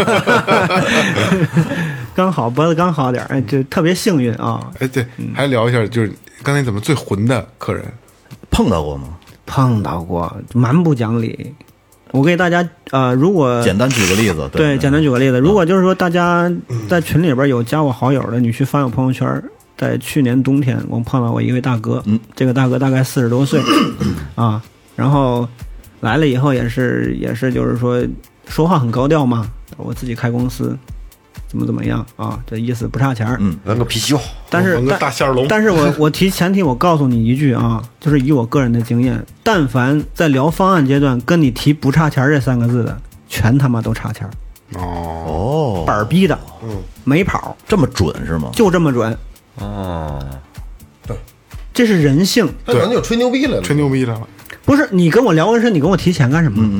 刚好脖子刚好点儿，哎，这特别幸运啊！
哎，对，还聊一下，就是刚才怎么最混的客人
碰到过吗？
碰到过，蛮不讲理。我给大家如果
简单举个例子，
对，简单举个例子，如果就是说大家在群里边有加我好友的，你去翻我朋友圈，在去年冬天我碰到过一位大哥，这个大哥大概40多岁啊，然后来了以后也是就是说话很高调嘛，我自己开公司。怎么样啊？这意思不差钱
纹个貔貅，
但是
纹个大线龙。
但是我提前提，我告诉你一句啊，就是以我个人的经验，但凡在聊方案阶段跟你提不差钱这3个字的，全他妈都差钱。
哦，
板儿逼的，没跑，
这么准是吗？
就这么准。
哦，
对，
这是人性。
他可能就吹牛逼来了，
吹牛逼来了。
不是你跟我聊纹身，你跟我提钱干什么？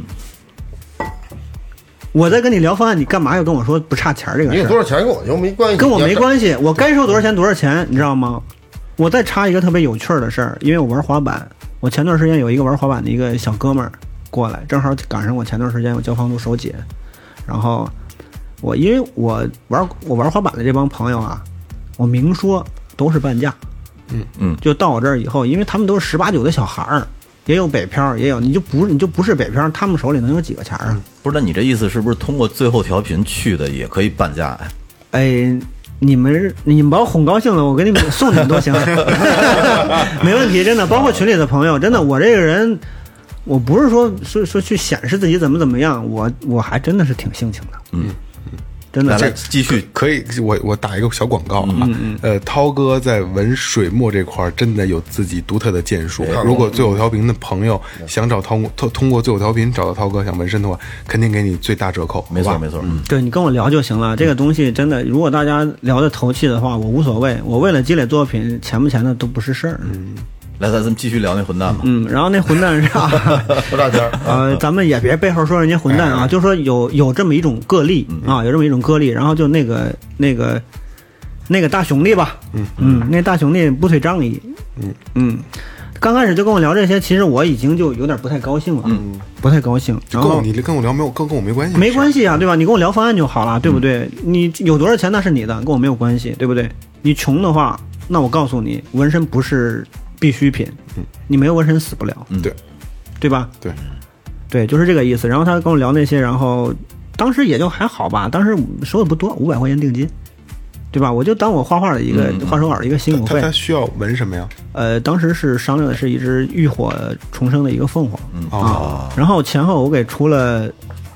我在跟你聊方案，你干嘛要跟我说不差钱这个事？
你有多少钱跟我就没关系，
跟我没关系，我该收多少钱多少钱，你知道吗？我再插一个特别有趣的事儿，因为我玩滑板，我前段时间有一个玩滑板的一个小哥们儿过来，正好赶上我前段时间有交房租手解，然后因为我玩滑板的这帮朋友啊，我明说都是半价，就到我这儿以后，因为他们都是18、19的小孩儿。也有北漂，也有你就不是北漂，他们手里能有几个钱啊？
不是，那你这意思是不是通过最后调频去的也可以半价呀？
哎，你们把我哄高兴了，我给你们送你们都行，没问题，真的。包括群里的朋友，真的，我这个人，我不是说去显示自己怎么样，我还真的是挺性情的，真的。
这继续可以，我打一个小广告啊，涛哥在纹水墨这块真的有自己独特的建树。如果最后调频的朋友想找通过最后调频找到涛哥想纹身的话，肯定给你最大折扣。
没错，
对，你跟我聊就行了。这个东西真的，如果大家聊得投气的话，我无所谓。我为了积累作品，钱不钱的都不是事儿。
来，咱们继续聊那混蛋吧。
然后那混蛋是吧？
不差钱。
咱们也别背后说人家混蛋啊，就说有这么一种个例啊，有这么一种个例。然后就那个大兄弟吧，那大兄弟不忒仗义，刚开始就跟我聊这些，其实我已经就有点不太高兴了，不太高兴。然后
你跟我聊跟我没关系，
没关系啊，对吧？你跟我聊方案就好了，对不对？你有多少钱那是你的，跟我没有关系，对不对？你穷的话，那我告诉你，纹身不是必需品，你没有纹身死不了，对吧？对，就是这个意思。然后他跟我聊那些，然后当时也就还好吧，当时收的不多，500块钱定金，对吧？我就当我画画的一个画手稿的一个辛苦费。
他需要纹什么呀？
当时是商量的是一只浴火重生的一个凤凰，然后前后我给出了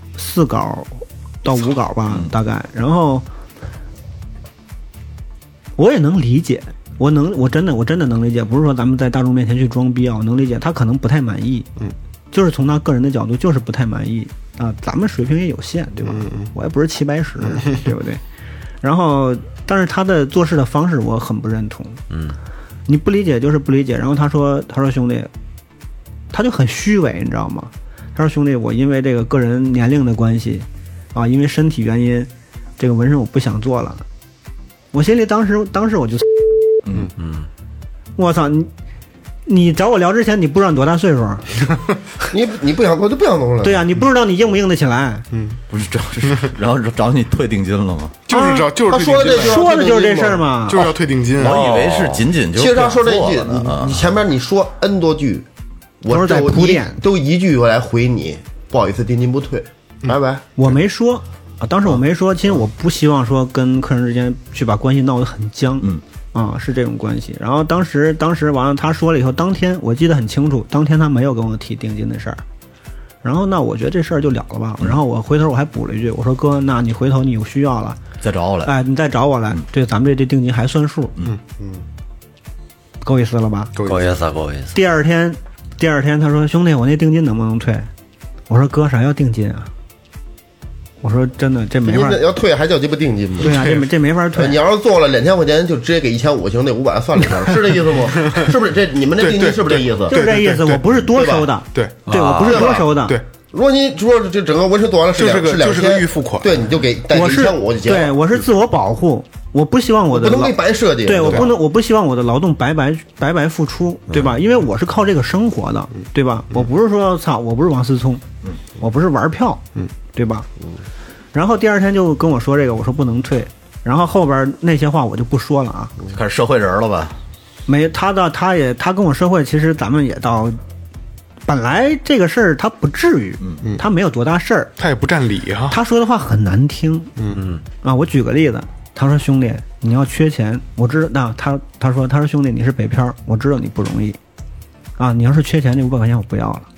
4稿到5稿吧，大概。然后我也能理解。我真的能理解，不是说咱们在大众面前去装逼啊，我能理解他可能不太满意，就是从他个人的角度就是不太满意啊，咱们水平也有限，对吧？我也不是7白10，对不对？然后，但是他的做事的方式我很不认同，你不理解就是不理解。然后他说兄弟，他就很虚伪，你知道吗？他说兄弟，我因为这个个人年龄的关系啊，因为身体原因，这个纹身我不想做了。我心里当时我就。我操你找我聊之前，你不知道你多大岁数？
你不想做就不想做了。
对呀，你不知道你硬不硬得起来？
不是然后找你退定金了吗？
就是
他说的
就是这事儿嘛，
就是要退定金。
我以为是仅就。
其实他说这句，你前面你说 N 多句，我
在铺垫，
都一句我来回你，不好意思，定金不退，拜拜。
我没说啊，当时我没说，其实我不希望说跟客人之间去把关系闹得很僵。是这种关系。然后当时完了，他说了以后，当天我记得很清楚，当天他没有跟我提定金的事儿。然后那我觉得这事儿就了了吧。然后我回头我还补了一句，我说哥，那你回头你有需要了
再找我来，
哎，你再找我来，对，咱们这定金还算数。够意思了吧？
够意思。
第二天他说兄弟，我那定金能不能退？我说哥，啥叫定金啊？我说真的，这没法，
要退还叫鸡巴定金吗？
对啊，这没法退。
你要是做了2000块钱，就直接给1500，行，那500算里边，是这意思吗？是不是？你们这定金是不是这意思？
就是这意思，我不是多收的。
对，
我不是多收的。
对，
如果你说这整个纹身做完了是2000，
就是个预付款，
对，你就给带1500就结了。
对，我是自我保护我不希望我的
不能给白设计，
对我不希望我的劳动白白付出，对吧？因为我是靠这个生活的，对吧？我不是说操，我不是王思聪，我不是玩票，对吧？然后第二天就跟我说这个，我说不能退，然后后边那些话我就不说了啊。
开始社会人了吧？
没，他跟我社会，其实咱们也到。本来这个事儿他不至于，他没有多大事儿，
他也不占理哈。
他说的话很难听，我举个例子，他说兄弟，你要缺钱，我知道。那他说兄弟，你是北漂，我知道你不容易，啊，你要是缺钱，那500块钱我不要了。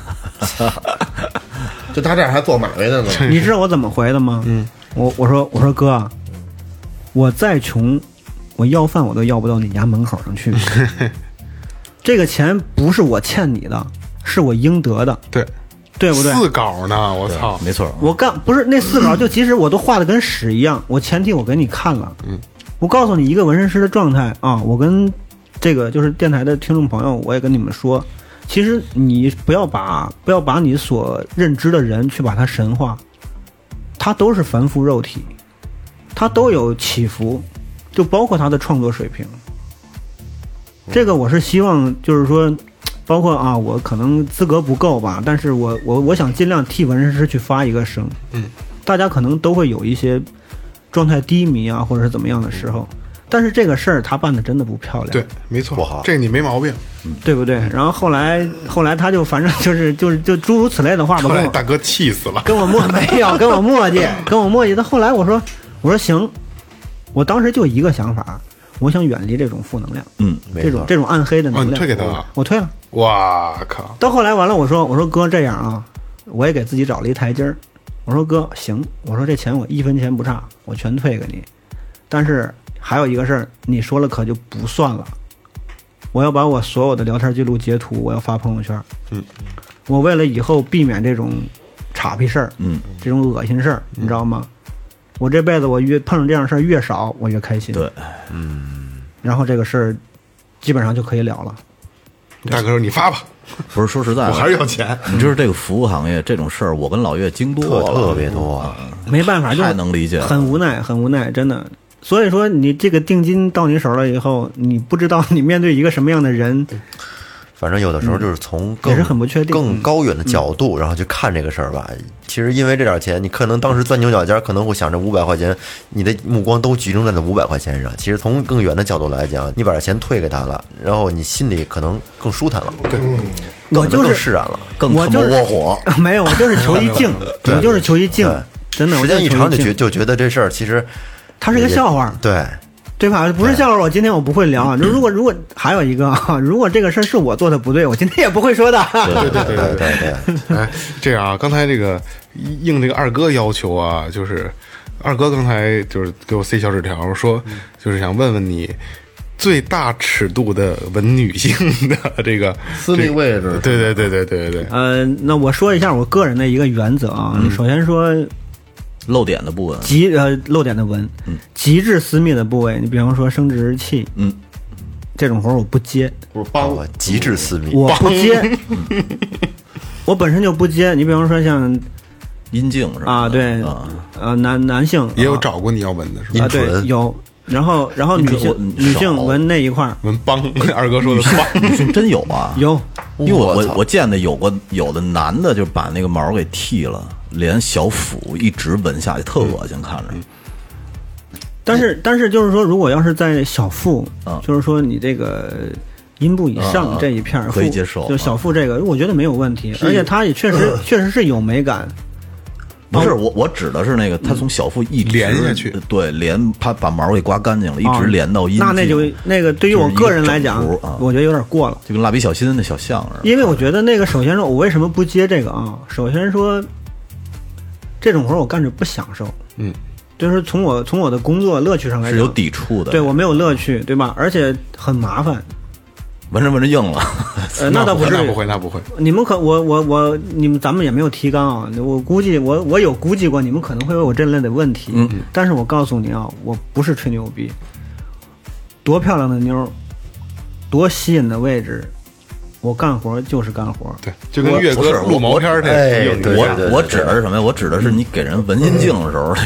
就他这样还做买卖的呢。
你知道我怎么回的吗？我说哥，我再穷，我要饭我都要不到你家门口上去。这个钱不是我欠你的。是我应得的，对不对？4
稿呢，我操，
没错。
我不是那4稿，就即使我都画的跟屎一样，我前提我给你看了，我告诉你一个纹身师的状态啊，我跟这个就是电台的听众朋友，我也跟你们说，其实你不要把你所认知的人去把他神化，他都是凡夫肉体，他都有起伏，就包括他的创作水平。这个我是希望就是说。包括啊，我可能资格不够吧，但是我想尽量替纹身师去发一个声。大家可能都会有一些状态低迷啊，或者是怎么样的时候，但是这个事儿他办的真的不漂亮。
对，没错，
不好，
这个你没毛病，
对不对？然后后来他就反正就诸如此类的话吧。
后来大哥气死了，
跟我磨叽。到后来我说行，我当时就一个想法。我想远离这种负能量，这种暗黑的能量。
你退给他了？
我退了。
哇靠！
到后来完了，我说哥这样啊，我也给自己找了一台阶儿。我说哥行，我说这钱我1分钱不差，我全退给你。但是还有一个事儿，你说了可就不算了。我要把我所有的聊天记录截图，我要发朋友圈。我为了以后避免这种岔劈事儿，这种恶心事儿，你知道吗？我这辈子我越碰上这样的事儿越少，我越开心。
对，
然后这个事儿基本上就可以了了。
大哥说你发吧，
不是说实在的，
我还是要钱。
你知道这个服务行业这种事儿，我跟老岳经多了，
特别多，
没办法，
太能理解了，
很无奈，真的。所以说，你这个定金到你手了以后，你不知道你面对一个什么样的人。
反正有的时候就是从
也是很不确定
更高远的角度，然后去看这个事儿吧。其实因为这点钱，你可能当时钻牛角尖，可能会想着500块钱，你的目光都集中在那500块钱上。其实从更远的角度来讲，你把这钱退给他了，然后你心里可能更舒坦了，对，更释然了，
更他妈窝火。
没有，我就是求一静，我就是求一静，真的。
时间一长就觉得这事儿其实
它是个笑话，对吧？不是笑话，我今天我不会聊。如果还有一个，如果这个事儿是我做的不对，我今天也不会说的。
对。哎，这样啊，刚才这个应这个二哥要求啊，就是二哥刚才就是给我塞小纸条说，就是想问问你最大尺度的纹女性的这个
私密位置。
对。
那我说一下我个人的一个原则啊。首先说。
露点的部位，
露点的纹，极致私密的部位，你比方说生殖器，这种活我不接，
不是帮
我极致私密，
我不接，我本身就不接。你比方说像
阴茎是吧？
啊，对，男性
也有找过你要纹的是吧？
对，有。然后女性纹那一块
纹帮，二哥说的帮，
女性真有啊，
有，
因为我见的有的男的就把那个毛给剃了，连小腹一直纹下去，特恶心看着。
但是就是说，如果要是在小腹，就是说你这个阴部以上这一片
可以接受，
就小腹这个，我觉得没有问题，而且它也确实是有美感。
不是我指的是那个，他从小腹一直
连下去，
对，他把毛给刮干净了，一直连到阴茎。
那个对于我个人来讲，我觉得有点过了，
就跟蜡笔小新的小象似的。
因为我觉得那个，首先说我为什么不接这个啊？首先说，这种活我干着不享受，就是从我的工作乐趣上来讲
是有抵触的，
对我没有乐趣，对吧？而且很麻烦。
闻着硬了，
那倒不至于，
那不会。
你们你们咱们也没有提纲啊。我估计我有估计过，你们可能会有我这类的问题。但是我告诉你啊，我不是吹牛逼。多漂亮的妞，多吸引的位置，我干活就是干活。
对，就跟岳哥录毛片儿
我指的是什么呀？我指的是你给人纹阴茎的时候，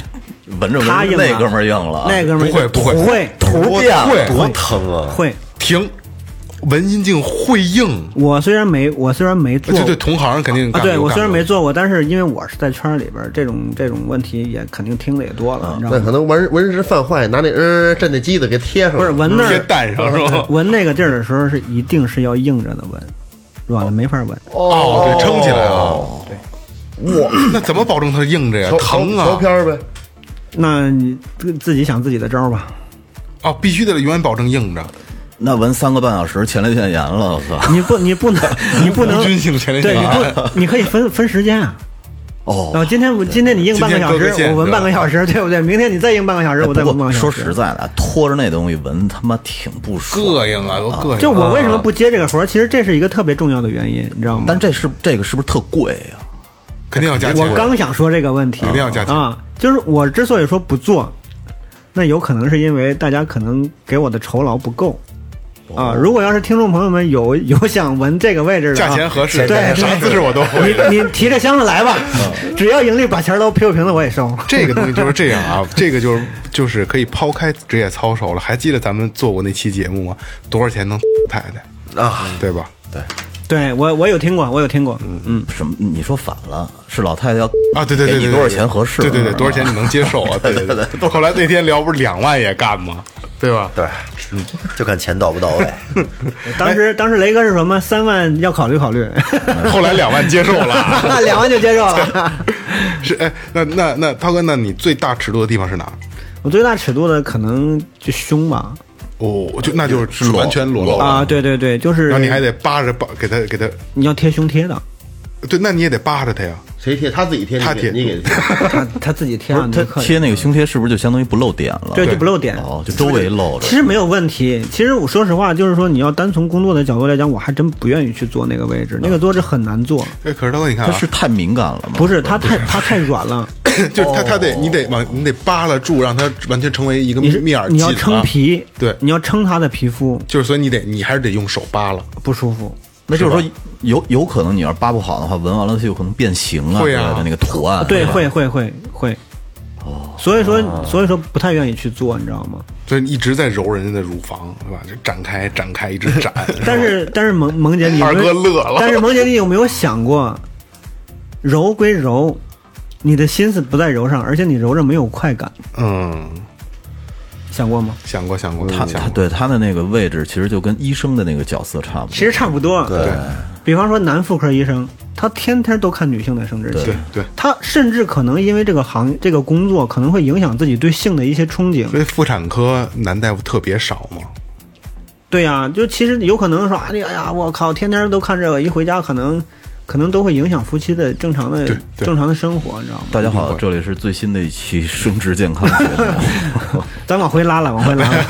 闻着
他硬了
那哥们儿硬了，
那哥们儿
不会
会
图变了，
多疼啊！
会。
停，文心镜会硬。
我虽然没做，
对，同行肯定
啊，对我虽然没
做，
做过，但是因为我是在圈里边，这种问题也肯定听的也多了，你知道吗？
那可能纹身犯坏，拿那镇那机子给贴上了，
不是纹那
贴
儿
蛋上是吧？
纹那个地儿的时候是一定是要硬着的纹，软了没法纹。
哦，对，撑起来啊。对，哇，那怎么保证它硬着呀？疼
调
啊！
片儿呗。
那你自己想自己的招吧。
哦，必须得永远保证硬着。
那纹3个半小时，前列腺炎了，我操！
你不能
无菌性前列腺
对，
炎。
你可以分时间啊。
哦，
然后今天你硬半个小时
今天割个，线
我纹半个小时，对不对？明天你再硬半个小时，我再纹半个小时。
说实在的，拖着那东西纹他妈挺不爽，
膈应啊，都膈应。
就我为什么不接这个活儿？其实这是一个特别重要的原因，你知道吗？
但这个是不是特贵呀？
肯定要加钱。
我刚想说这个问题，
肯定要加钱
啊！就是我之所以说不做，那有可能是因为大家可能给我的酬劳不够。啊，如果要是听众朋友们有想纹这个位置的，
价钱合适，
对，
啥姿势我都会。
你提着箱子来吧，只要盈利把钱都批平了，我也收。
这个东西就是这样啊，这个就是可以抛开职业操守了。还记得咱们做过那期节目吗？多少钱能太太
啊，
对吧？
对我有听过，
什么？你说反了，是老太太要
啊，对，
给你多少钱合适？
对，多少钱你能接受啊？对。后来那天聊不是2万也干吗？对吧？
对，就看钱到不到位。
当时雷哥是什么？3万要考虑考虑，
后来2万接受了
2万就接受了。
是哎，那涛哥，那你最大尺度的地方是哪？
我最大尺度的可能就胸吧。
哦，那就是完全裸露
啊！对，就是。
然后你还得扒着给他，
你要贴胸贴的。
对，那你也得扒着他呀。
谁贴？他自己贴，
他贴，
你给贴。
他自己贴上。
他贴那个胸贴是不是就相当于不露点了？
对，就不露点。
哦，就周围露着。
其实没有问题。其实我说实话，就是说你要单从工作的角度来讲，我还真不愿意去做那个位置，那个位置很难做。
哎，可是涛哥，你看，
他是太敏感了吗？
不是，他太软了。
就是他得你得扒拉住，让它完全成为一个面儿。
你要撑皮，
对，
你要撑他的皮肤。
就是所以你还是得用手扒拉，
不舒服。
那就是说有可能你要是扒不好的话，纹完了它有可能变形啊，
会啊，
那个图案。
对，会。哦，所以说不太愿意去做，你知道吗？
所以一直在揉人家的乳房，对吧？就展开，一直展。
但是萌姐，你
二哥乐了。
但是萌姐，你有没有想过，揉归揉，你的心思不在揉上，而且你揉着没有快感。想过吗？
想过。
他对他的那个位置，其实就跟医生的那个角色差不多。
其实差不多。
对，
比方说男妇科医生，他天天都看女性的生殖器，
对，
他甚至可能因为这个工作，可能会影响自己对性的一些憧憬。
所以妇产科男大夫特别少嘛。
对呀，就其实有可能说，哎呀，我靠，天天都看这个，一回家可能都会影响夫妻的正常的生活，你知道吗？
大家好，这里是最新的一期生殖健康节目。
咱往回拉了。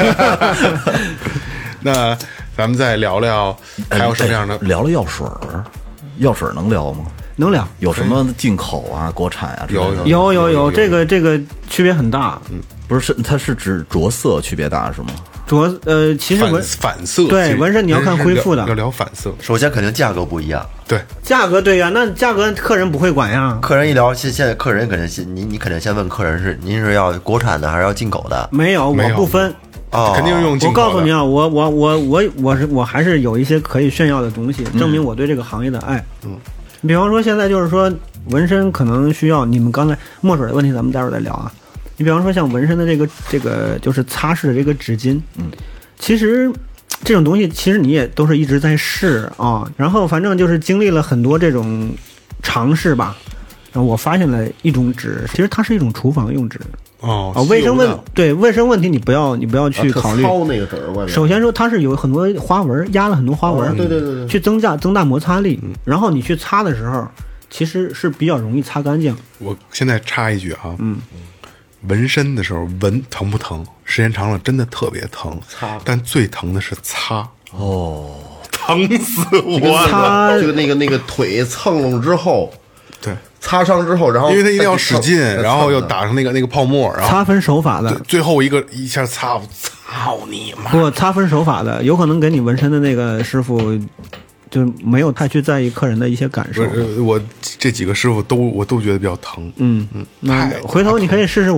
那咱们再聊聊还有什么样的？
聊聊药水儿，药水能聊吗？
能聊。
有什么进口啊、国产啊？
有，这个区别很大。
不是，它是指着色区别大是吗？
其实
反色，
对纹身你要看恢复的，
要聊反色。
首先肯定价格不一样，
对，
价格对呀，那价格客人不会管呀。
客人一聊，现在客人肯定你肯定先问客人您是要国产的还是要进口的？
没有，我不分。
哦，
肯定是用进口的。
我告诉你啊，我还是有一些可以炫耀的东西，证明我对这个行业的爱。比方说现在就是说纹身可能需要你们刚才墨水的问题，咱们待会儿再聊啊。你比方说像纹身的这个就是擦拭的这个纸巾，其实这种东西其实你也都是一直在试啊，然后反正就是经历了很多这种尝试吧，然后我发现了一种纸，其实它是一种厨房用纸。卫生问题你不要去考虑。
糙那个纸儿，
首先说它是有很多花纹，压了很多花纹，
对，
去增大摩擦力，然后你去擦的时候，其实是比较容易擦干净。
我现在插一句啊，纹身的时候纹疼不疼？时间长了真的特别疼，但最疼的是擦。疼死我了！
擦就那个腿蹭了之后，
对，
擦伤之后，然后
因为它一定要使劲，然后又打上那个泡沫，然后
擦分手法的，
最后一下擦，操你妈！
不，擦分手法的，有可能给你纹身的那个师傅就没有太去在意客人的一些感受。
我这几个师傅我都觉得比较疼。
那回头你可以试试我。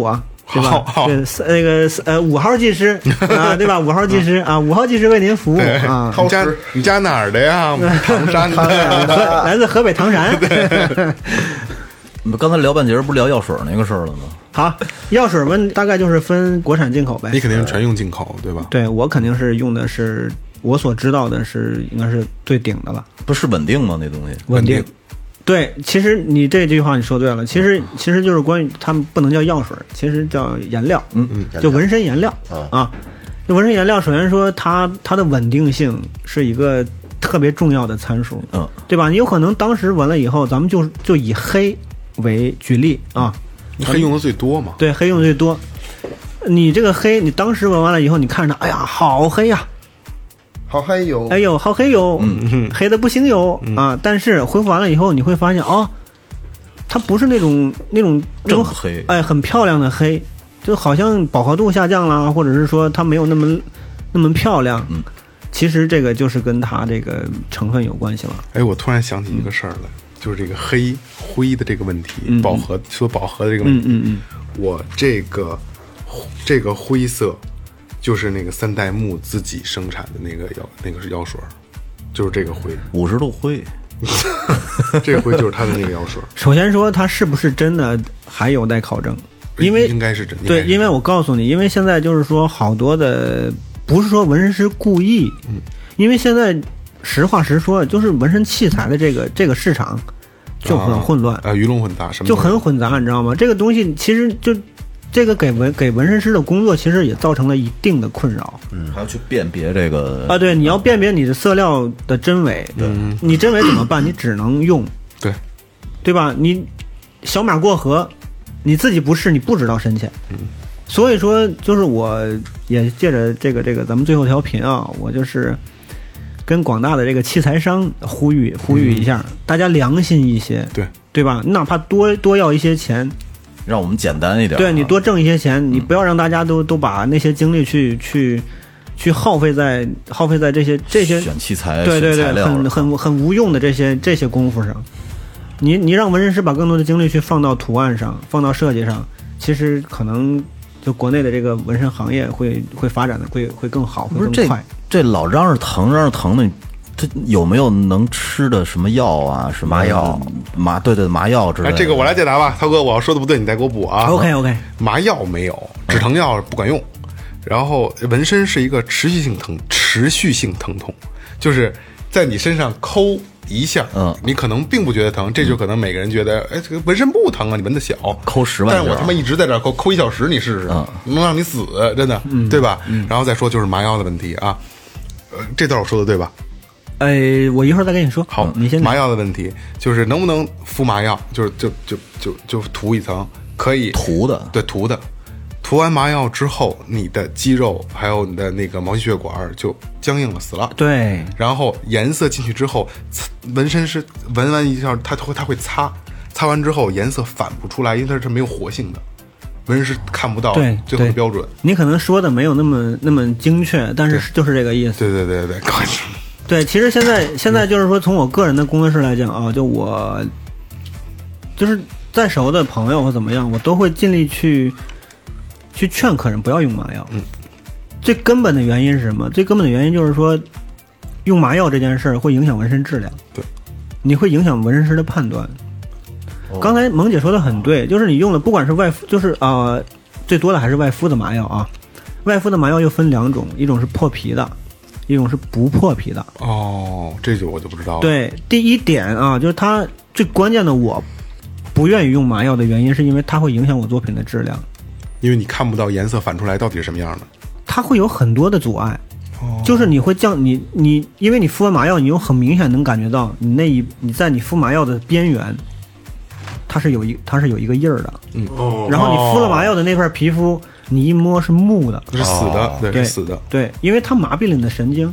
对吧？对，那个5号技师啊，对吧？5号技师啊，5号技师为您服务啊。
你家哪儿的呀？唐山的，
来自河北唐山。
你们刚才聊半截，不是聊药水那个事儿了吗？
好，药水们大概就是分国产进口呗。
你肯定是全用进口，对吧？
对，我肯定是用的是我所知道的是应该是最顶的了。
不是稳定吗？那东西
稳定。对，其实你这句话你说对了，其实就是关于他们不能叫药水，其实叫颜料，就纹身颜料啊。纹身颜料首先说它的稳定性是一个特别重要的参数，对吧？你有可能当时纹了以后，咱们就以黑为举例啊，
黑用的最多嘛？
对，黑用的最多。你这个黑，你当时纹完了以后，你看着，哎呀，好黑呀！
好黑哟，
哎呦，好黑哟，黑的不行哟啊！但是恢复完了以后，你会发现哦，它不是那种
正黑，
哎，很漂亮的黑，就好像饱和度下降了，或者是说它没有那么漂亮。其实这个就是跟它这个成分有关系了。
哎，我突然想起一个事儿来，就是这个黑灰的这个问题，饱和的这个问题。我这个灰色。就是那个三代目自己生产的那个是药水，就是这个灰
，50度灰，
这个灰就是它的那个药水。
首先说它是不是真的还有待考证，因为
应该是真的。
对，因为我告诉你，因为现在就是说好多的不是说纹身师故意，因为现在实话实说，就是纹身器材的这个市场就很混乱
鱼龙混杂，什么
就很混杂，你知道吗？这个东西其实就。这个给纹身师的工作其实也造成了一定的困扰，
还要去辨别这个
啊，对，你要辨别你的色料的真伪，你真伪怎么办？你只能用，对吧？你小马过河，你自己不试，你不知道深浅，所以说就是我也借着这个咱们最后调频啊，我就是跟广大的这个器材商呼吁一下，大家良心一些，对吧？你哪怕多要一些钱。
让我们简单一点，
对你多挣一些钱，你不要让大家都把那些精力去耗费在这些
选器材，
对，很无用的这些功夫上。你让纹身师把更多的精力去放到图案上，放到设计上，其实可能就国内的这个纹身行业会发展的会更好，会更快。
这老嚷嚷疼的。它有没有能吃的什么药啊？什么
麻药？
对麻药之类的。
这个我来解答吧，涛哥，我要说的不对，你再给我补啊。
OK。
麻药没有，止疼药不管用。然后纹身是一个持续性疼痛，就是在你身上抠一下，你可能并不觉得疼，这就可能每个人觉得，哎，这个纹身不疼啊，你纹的小，
抠10万，
但是我他妈一直在这抠1小时，你试试，能让你死，真的，对吧？然后再说就是麻药的问题啊，这段我说的对吧？
我一会儿再跟你说。
好，
你先。
麻药的问题就是能不能敷麻药，就涂一层，可以
涂的，
对，涂的。涂完麻药之后，你的肌肉还有你的那个毛细血管就僵硬了，死了。
对。
然后颜色进去之后，纹身师纹完一下，他会擦完之后颜色反不出来，因为它是没有活性的，纹身师看不到最后的标准。
你可能说的没有那么精确，但是就是这个意思。
对。
对，其实现在就是说，从我个人的工作室来讲啊，就我就是再熟的朋友或怎么样，我都会尽力去劝客人不要用麻药。最根本的原因是什么？最根本的原因就是说，用麻药这件事儿会影响纹身质量。
对，
你会影响纹身师的判断。刚才萌姐说的很对，就是你用的不管是外敷，就是最多的还是外敷的麻药啊。外敷的麻药又分2种，一种是破皮的。一种是不破皮的。
这我就不知道了。
对，第一点啊，就是它最关键的，我不愿意用麻药的原因，是因为它会影响我作品的质量。
因为你看不到颜色反出来到底是什么样的，
它会有很多的阻碍。就是你会你因为你敷完麻药，你又很明显能感觉到你在你敷麻药的边缘，它是有一个印儿的。然后你敷了麻药的那片皮肤，你一摸是木的，
是死的，对，是死的，
对，因为它麻痹了你的神经，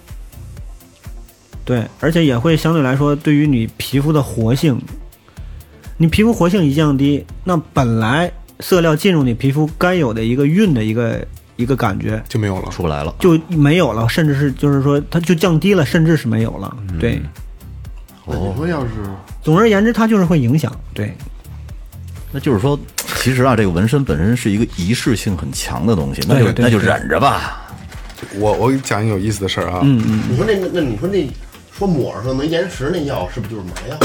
对，而且也会相对来说对于你皮肤的活性，你皮肤活性一降低，那本来色料进入你皮肤该有的一个晕的一个感觉
就没有了，
出不来了，
就没有了，甚至是就是说它就降低了，甚至是没有了，对。
你说要是，
总而言之，它就是会影响，对。
那就是说， 其实啊，这个纹身本身是一个仪式性很强的东西，那就忍着吧。
我给你讲一个有意思的事儿啊。
你说你说那说抹上没延时那药是不是就是麻药？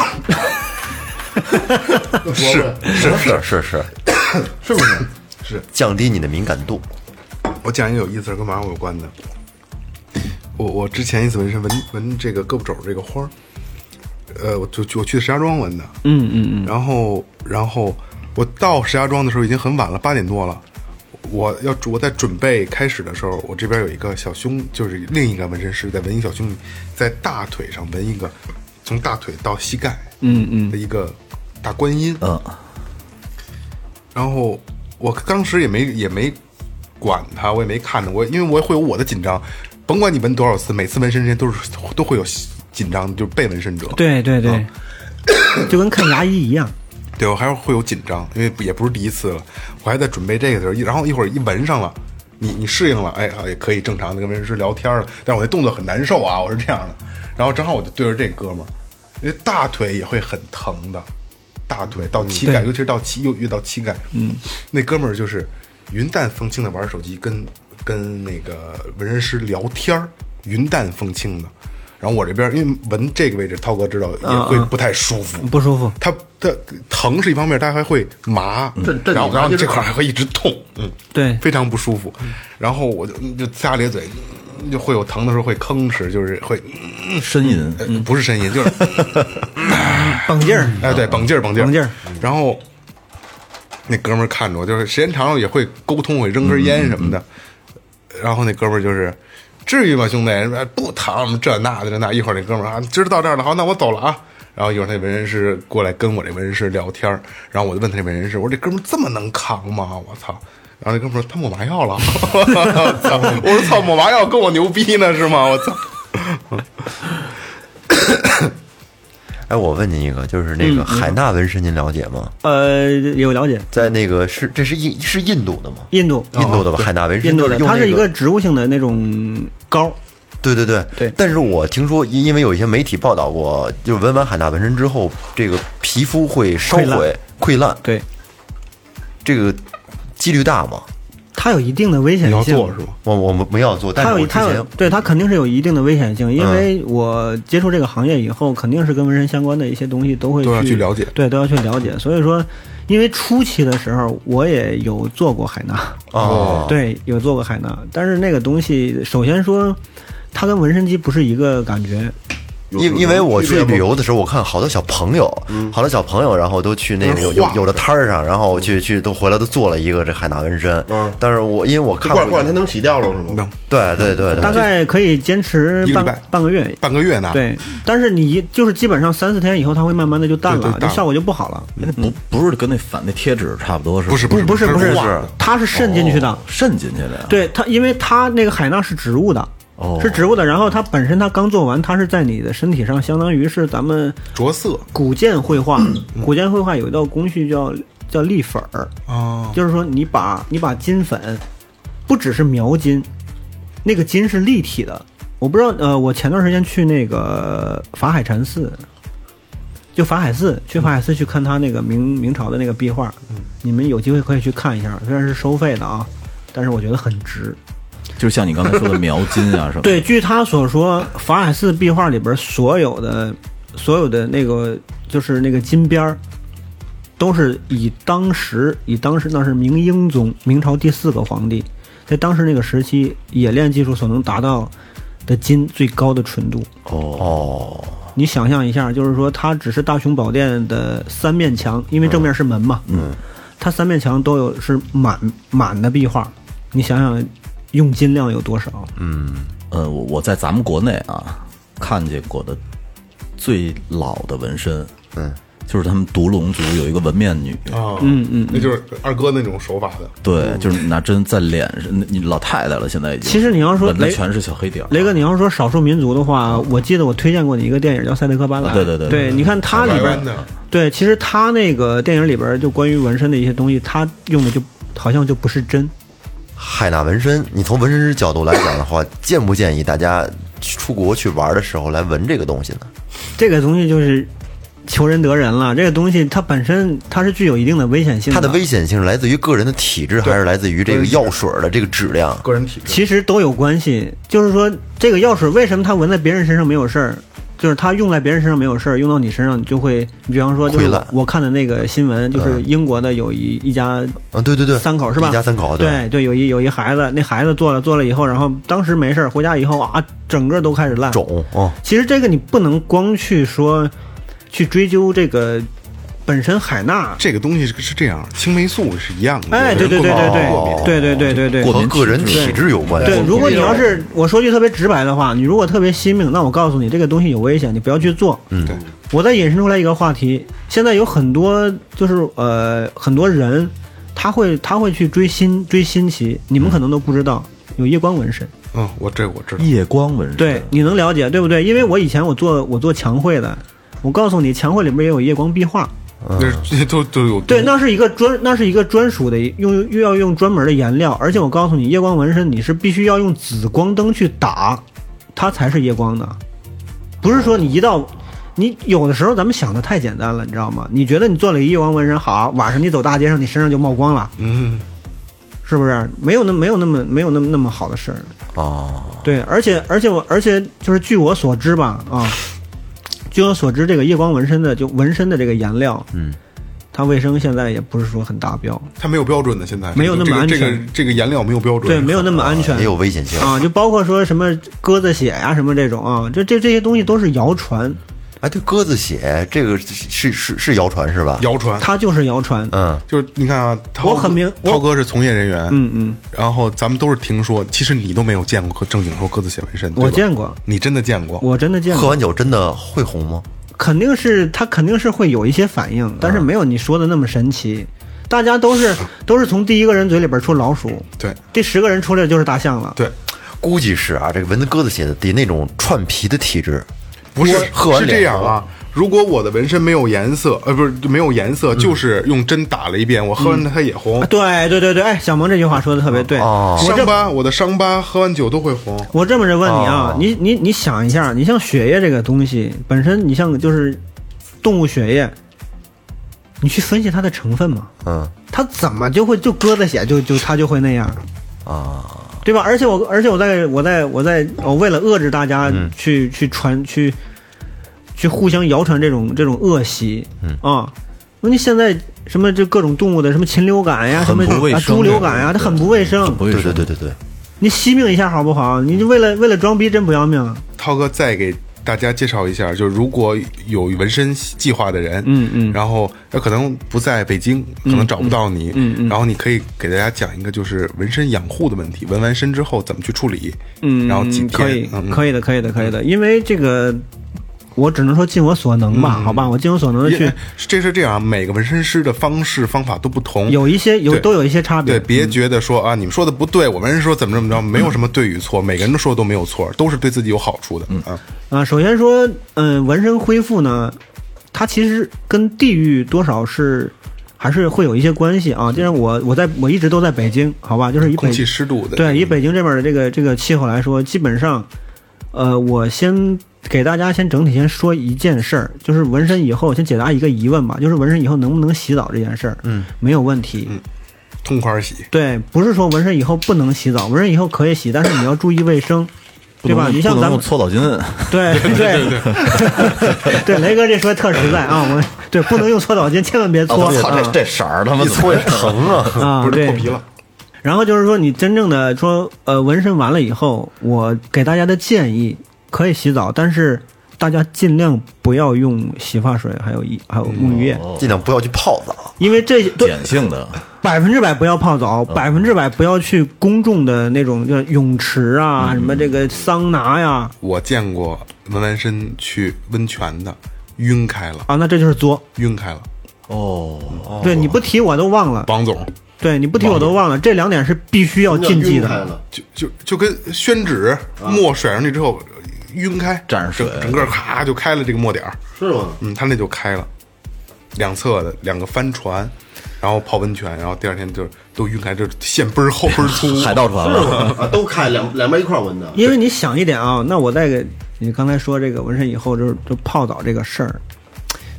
是，
是不是？
是
降低你的敏感度。
我讲一个有意思的，跟马上有关的。我之前一次纹身纹这个胳膊肘这个花儿，我去的石家庄纹的。然后我到石家庄的时候已经很晚了，8点多了。我在准备开始的时候，我这边有一个小兄，就是另一个纹身师在纹一个小兄弟，在大腿上纹一个从大腿到膝盖的一个大观音。然后我当时也没管他，我也没看着我，因为我会有我的紧张，甭管你纹多少次，每次纹身之前都会有紧张的，就是被纹身者。对，
就跟看牙医一样。
对，我还是会有紧张，因为也不是第一次了，我还在准备这个的时候，然后一会儿一纹上了，你适应了，哎，也可以正常的跟纹身师聊天了，但是我那动作很难受啊，我是这样的。然后正好我就对着这哥们儿，因为大腿也会很疼的，大腿到膝盖，尤其是越到膝盖，那哥们儿就是云淡风轻的玩手机，跟那个纹身师聊天，云淡风轻的。然后我这边因为纹这个位置，涛哥知道也会不太舒服，
不舒服。
它疼是一方面，它还会麻，然后这块还会一直痛，
对，
非常不舒服。然后我就呲咧嘴，就会有疼的时候会吭哧，就是会
呻吟，
不是呻吟，就是
绷劲儿，
哎，对，绷劲儿。然后那哥们儿看着我，就是时间长了也会沟通，会扔根烟什么的。然后那哥们儿就是。至于吗，兄弟？不疼，这那的这那。一会儿那哥们儿啊，今儿到这儿了，好，那我走了啊。然后一会儿那纹身师过来跟我这纹身师聊天，然后我就问他这纹身师，我说这哥们儿这么能扛吗？我操！然后那哥们儿说他抹麻药了。我说操，抹麻药跟我牛逼呢是吗？我操！
哎，我问您一个，就是那个海纳纹身，您了解吗？
有了解，
在那个这是印度的吗？
印度
的吧？海纳纹身，
印度的，它是一个植物性的那种膏。对。
但是我听说，因为有一些媒体报道过，就是纹完海纳纹身之后，这个皮肤会烧毁、溃烂。
对，
这个几率大吗？
它有一定的危险性。
你要做是吗？
我没要做，但是我之前
对它肯定是有一定的危险性，因为我接触这个行业以后，肯定是跟纹身相关的一些东西都要
去了解，
对，都要去了解。所以说，因为初期的时候我也有做过海纳，对，有做过海纳，但是那个东西，首先说，它跟纹身机不是一个感觉。
因为我去旅游的时候，我看好多小朋友，然后都去那个有的摊儿上，然后去都回来都做了一个这海纳纹身。但是因为我看过，
挂它能洗掉了是吗？
对，
大概可以坚持半个月，
半个月呢。
对，但是你就是基本上3-4天以后，它会慢慢的就淡了，这效果就不好了。
不是跟那反那贴纸差不多是吧？
不是，它是渗进去的，
渗进去的呀。
对它，因为它那个海纳是植物的。是植物的，然后它本身它刚做完，它是在你的身体上，相当于是咱们
着色
骨腱绘画。骨腱绘画有一道工序叫立粉儿，就是说你把金粉，不只是描金，那个金是立体的。我不知道，我前段时间去那个法海禅寺，就法海寺，去法海寺去看他那个明朝的那个壁画，你们有机会可以去看一下，虽然是收费的啊，但是我觉得很值。
就是像你刚才说的描金啊什么。
对，据他所说，法海寺壁画里边所有的那个就是那个金边儿，都是以当时那是明英宗，明朝第4个皇帝，在当时那个时期冶炼技术所能达到的金最高的纯度。你想象一下，就是说它只是大雄宝殿的3面墙，因为正面是门嘛，它3面墙都有是满的壁画，你想想。用金量有多少？
我在咱们国内啊看见过的最老的纹身，就是他们独龙族有一个纹面女
那就是二哥那种手法的，
对，就是拿针在脸上，你老太太了，现在已经。
其实你要说
全是小黑点。
雷哥，你要说少数民族的话，我记得我推荐过你一个电影叫《赛德克巴莱》，对，你看它里边，对，其实它那个电影里边就关于纹身的一些东西，它用的就好像就不是针。
海纳纹身，你从纹身师角度来讲的话，建不建议大家出国去玩的时候来纹这个东西呢？
这个东西就是求人得人了。这个东西它本身它是具有一定的危险性的。
它的危险性来自于个人的体质，还是来自于这个药水的这个质量？
个人体质
其实都有关系。就是说，这个药水为什么它闻在别人身上没有事儿？就是它用在别人身上没有事儿，用到你身上你就会，你比方说，就是我看的那个新闻，就是英国的有一家，
对对对，
三口是吧？
一家三口，
对对，有一孩子，那孩子做了以后，然后当时没事儿，回家以后啊，整个都开始烂
肿哦。
其实这个你不能光去追究这个。本身海钠
这个东西是这样，青霉素是一样的。
哎，对，
和个人体质有关。
对，如果你要是我说句特别直白的话，你如果特别惜命，那我告诉你这个东西有危险，你不要去做。
对。
我再引申出来一个话题，现在有很多就是很多人他会去追新奇，你们可能都不知道有夜光纹身。
我知道。
夜光纹身，
对，你能了解对不对？因为我以前我做墙绘的，我告诉你，墙绘里面也有夜光壁画。
这都有
对，那是一个专属的又要用专门的颜料，而且我告诉你，夜光纹身你是必须要用紫光灯去打，它才是夜光的，不是说你有的时候咱们想的太简单了，你知道吗？你觉得你做了一夜光纹身好，晚上你走大街上你身上就冒光了，是不是？没有那么好的事儿
哦。
对，而且就是据我所知吧据我所知，这个夜光纹身的这个颜料，它卫生现在也不是说很达标，
它没有标准的，现在
没有那么安全。
这个颜料没有标准，
对，没有那么安全，
也有危险性
就包括说什么鸽子血呀、什么这种这些东西都是谣传。
哎，对，鸽子血这个是谣传是吧？
谣传，
它就是谣传。
就是你看啊，涛哥是从业人员，然后咱们都是听说，其实你都没有见过正经说鸽子血纹身。
我见过，
你真的见过？
我真的见过。
喝完酒真的会红吗？
肯定是会有一些反应，但是没有你说的那么神奇。大家都是从第一个人嘴里边出老鼠，
对，
第10个人出来就是大象了，
对，
估计是这个闻的鸽子血的得那种串皮的体质。
不是，
喝完
是这样啊。如果我的纹身没有颜色，不是没有颜色，就是用针打了一遍，我喝完它也红。
对，哎，小萌这句话说的特别对。
我的伤疤喝完酒都会红。
我这么着问你啊，你想一下，你像血液这个东西本身，你像就是动物血液，你去分析它的成分嘛，它怎么就鸽子血它就会那样对吧？而且我为了遏制大家去互相谣传这种恶习那你现在什么这各种动物的什么禽流感呀，什么猪流感呀，它很不卫生。
对，
你惜命一下好不好？你就为了装逼真不要命。
涛哥再给大家介绍一下，就是如果有纹身计划的人，然后可能不在北京，可能找不到你，然后你可以给大家讲一个就是纹身养护的问题，纹完身之后怎么去处理，然后几天，
可以的，因为这个。我只能说尽我所能吧，好吧，我尽我所能的去。
这是这样，每个纹身师的方法都不同，
都有一些差别。
对，别觉得说你们说的不对，我们说怎么着，没有什么对与错，每个人都说的都没有错，都是对自己有好处的。
首先说，纹身恢复呢，它其实跟地域多少还是会有一些关系啊。就是我一直都在北京，好吧，就是以
空气湿度的，
对，以北京这边的这个气候来说，基本上，我先给大家整体说一件事儿，就是纹身以后先解答一个疑问吧，就是纹身以后能不能洗澡这件事儿，没有问题，
痛快洗。
对，不是说纹身以后不能洗澡，纹身以后可以洗，但是你要注意卫生，对吧？你像咱们
用搓澡巾，
对，雷哥这说特实在对，不能用搓澡巾，千万别搓。
这色儿他妈一搓也疼
不是脱皮了。
然后就是说，你真正的说纹身完了以后，我给大家的建议。可以洗澡，但是大家尽量不要用洗发水，还有沐浴液，
尽量不要去泡澡，
因为这
碱性的
100%不要泡澡，100%不要去公众的那种叫泳池什么这个桑拿呀。
我见过纹完身去温泉的，晕开了
那这就是作，
晕开了。
对，你不提我都忘了，
王总。
对，你不提我都忘了，这2点是必须要禁忌的。
就跟宣纸墨甩上去之后。晕开，
沾水，
整个咔就开了这个墨点
是吗？
他那就开了，两侧的2个帆船，然后泡温泉，然后第2天就都晕开，就线倍儿厚倍儿粗，
海盗船了
都开两边一块纹的。
因为你想一点那我再给你刚才说这个纹身以后就泡澡这个事儿，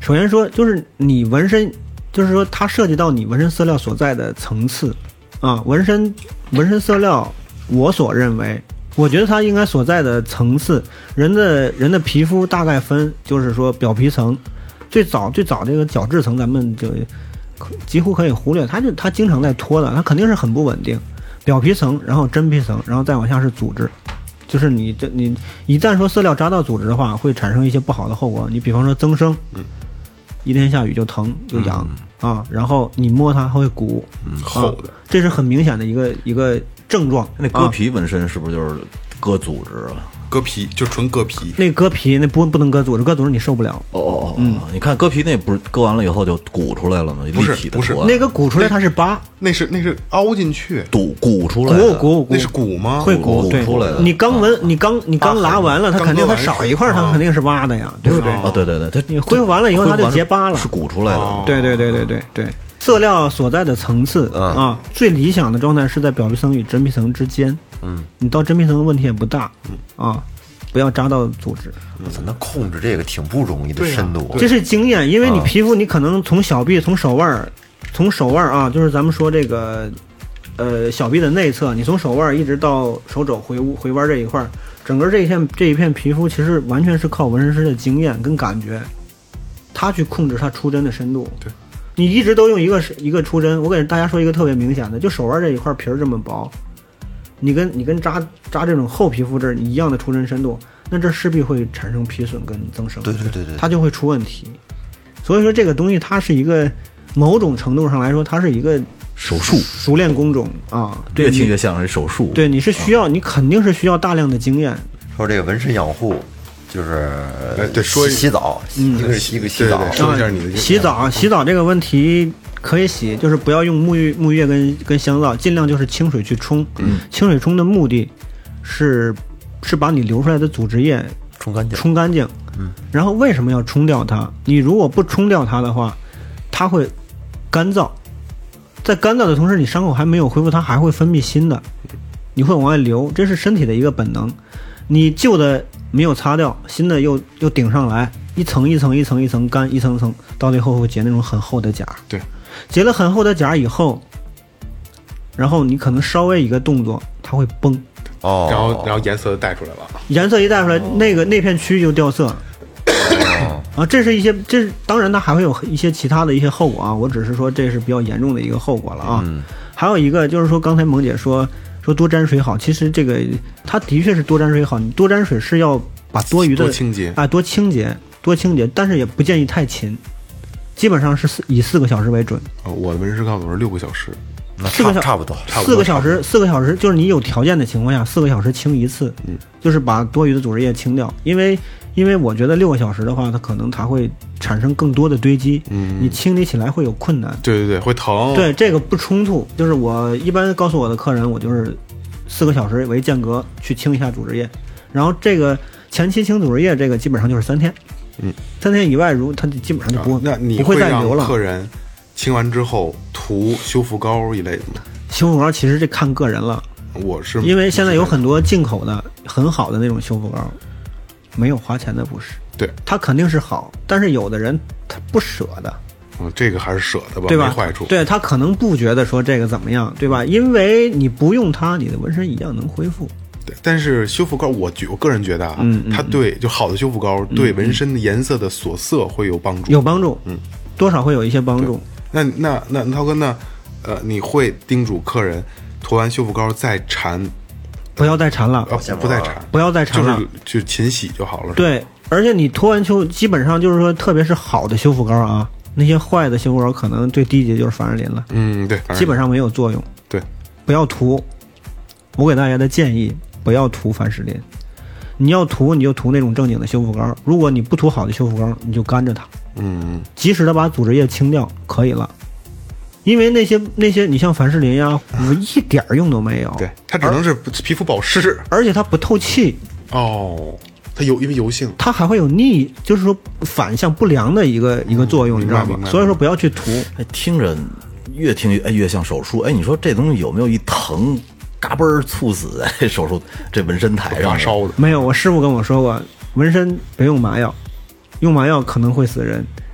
首先说就是你纹身，就是说它涉及到你纹身色料所在的层次啊，纹身色料，我所认为。我觉得它应该所在的层次，人的皮肤大概分，就是说表皮层，最早这个角质层，咱们就几乎可以忽略，它经常在脱的，它肯定是很不稳定。表皮层，然后真皮层，然后再往下是组织，就是你一旦说色料扎到组织的话，会产生一些不好的后果。你比方说增生，一天下雨就疼就痒啊，然后你摸它会鼓，
厚的，
这是很明显的一个症状。
那割皮纹身是不是就是割组织啊？
割皮就纯割皮，
那割皮那不能割组织，割组织你受不了。
你看割皮那不是割完了以后就鼓出来了吗？
不是
立体的
不是
那个鼓出来它是疤，
那是凹进去，
鼓出来的，
鼓
那是骨吗？
会鼓对
出来的。
你刚纹，你刚拉完了，它肯定它少一块，它肯定是疤的呀，对不对？
哦，对对对，
你恢复完了以后它就结疤了，
是鼓出来的。
对。色料所在的层次啊，最理想的状态是在表皮层与真皮层之间。你到真皮层问题也不大啊，不要扎到组织。
那控制这个挺不容易的深度，
这是经验，因为你皮肤你可能从小臂、从手腕啊，就是咱们说这个小臂的内侧，你从手腕一直到手肘回弯这一块，整个这一片皮肤其实完全是靠纹身师的经验跟感觉，他去控制它出针的深度。
对。
你一直都用一个出针，我给大家说一个特别明显的，就手腕这一块皮儿这么薄，你跟扎这种厚皮肤这儿一样的出针深度，那这势必会产生皮损跟增生，
对，
它就会出问题。所以说这个东西它是一个某种程度上来说，它是一个
手术
熟练工种啊，
越听越像是手术。
对，你是需要，你肯定是需要大量的经验。
说这个纹身养护。就是
对，说
洗澡，一个洗澡，
说一下你的
洗澡这个问题可以洗，就是不要用沐浴液跟香皂，尽量就是清水去冲。清水冲的目的是把你流出来的组织液冲干净。然后为什么要冲掉它？你如果不冲掉它的话，它会干燥，在干燥的同时，你伤口还没有恢复，它还会分泌新的，你会往外流，这是身体的一个本能。你旧的没有擦掉，新的又顶上来，一层一层干，一层层，到最后会结那种很厚的痂。对，结了很厚的痂以后，然后你可能稍微一个动作，它会崩。
然后颜色带出来了，
颜色一带出来，那片区域就掉色。啊，这是当然它还会有一些其他的一些后果啊，我只是说这是比较严重的一个后果了啊。还有一个就是说，刚才萌姐说多沾水好，其实这个它的确是多沾水好，你多沾水是要把多余的
多清洁，
多清洁，但是也不建议太勤，基本上是以4个小时为准。
我的纹身师告诉我是6个小时。
差不多
4个小时就是你有条件的情况下，4个小时清一次，就是把多余的组织液清掉。因为我觉得6个小时的话，它会产生更多的堆积，你清理起来会有困难。
对，会疼。
对，这个不冲突。就是我一般告诉我的客人，我就是4个小时为间隔去清一下组织液，然后这个前期清组织液这个基本上就是3天，3天以外它基本上就不会再流了。
客人清完之后涂修复膏一类的吗？
修复膏其实这看个人了，
我是
因为现在有很多进口的很好的那种修复膏，没有花钱的不是，
对，
它肯定是好，但是有的人他不舍得，
这个还是舍得吧，
对吧？
没坏处。
对，他可能不觉得说这个怎么样，对吧？因为你不用它，你的纹身一样能恢复。
对，但是修复膏我个人觉得啊，它对就好的修复膏对纹身的颜色的锁色会有帮助，
有帮助，多少会有一些帮助。
那涛哥，你会叮嘱客人涂完修复膏再缠？
不要再缠了，
不再缠，
不要再缠了，
就勤洗就好了。
对，而且你涂完基本上就是说，特别是好的修复膏啊，那些坏的修复膏可能最低级就是凡士林了。对，基本上没有作用。
对，
不要涂。我给大家的建议，不要涂凡士林。你要涂，你就涂那种正经的修复膏。如果你不涂好的修复膏，你就干着它。及时的把组织液清掉可以了。因为那些你像凡士林呀，一点用都没有。
对，它只能是皮肤保湿，
而且它不透气。
它因为油性，
它还会有就是说反向不良的一个作用，你知道吗？所以说不要去涂。
听着越听越像手术。你说这东西有没有一疼嘎嘣儿猝死在手术这纹身台上
发烧的？
没有，我师傅跟我说过，纹身别用麻药，用麻药可能会死人。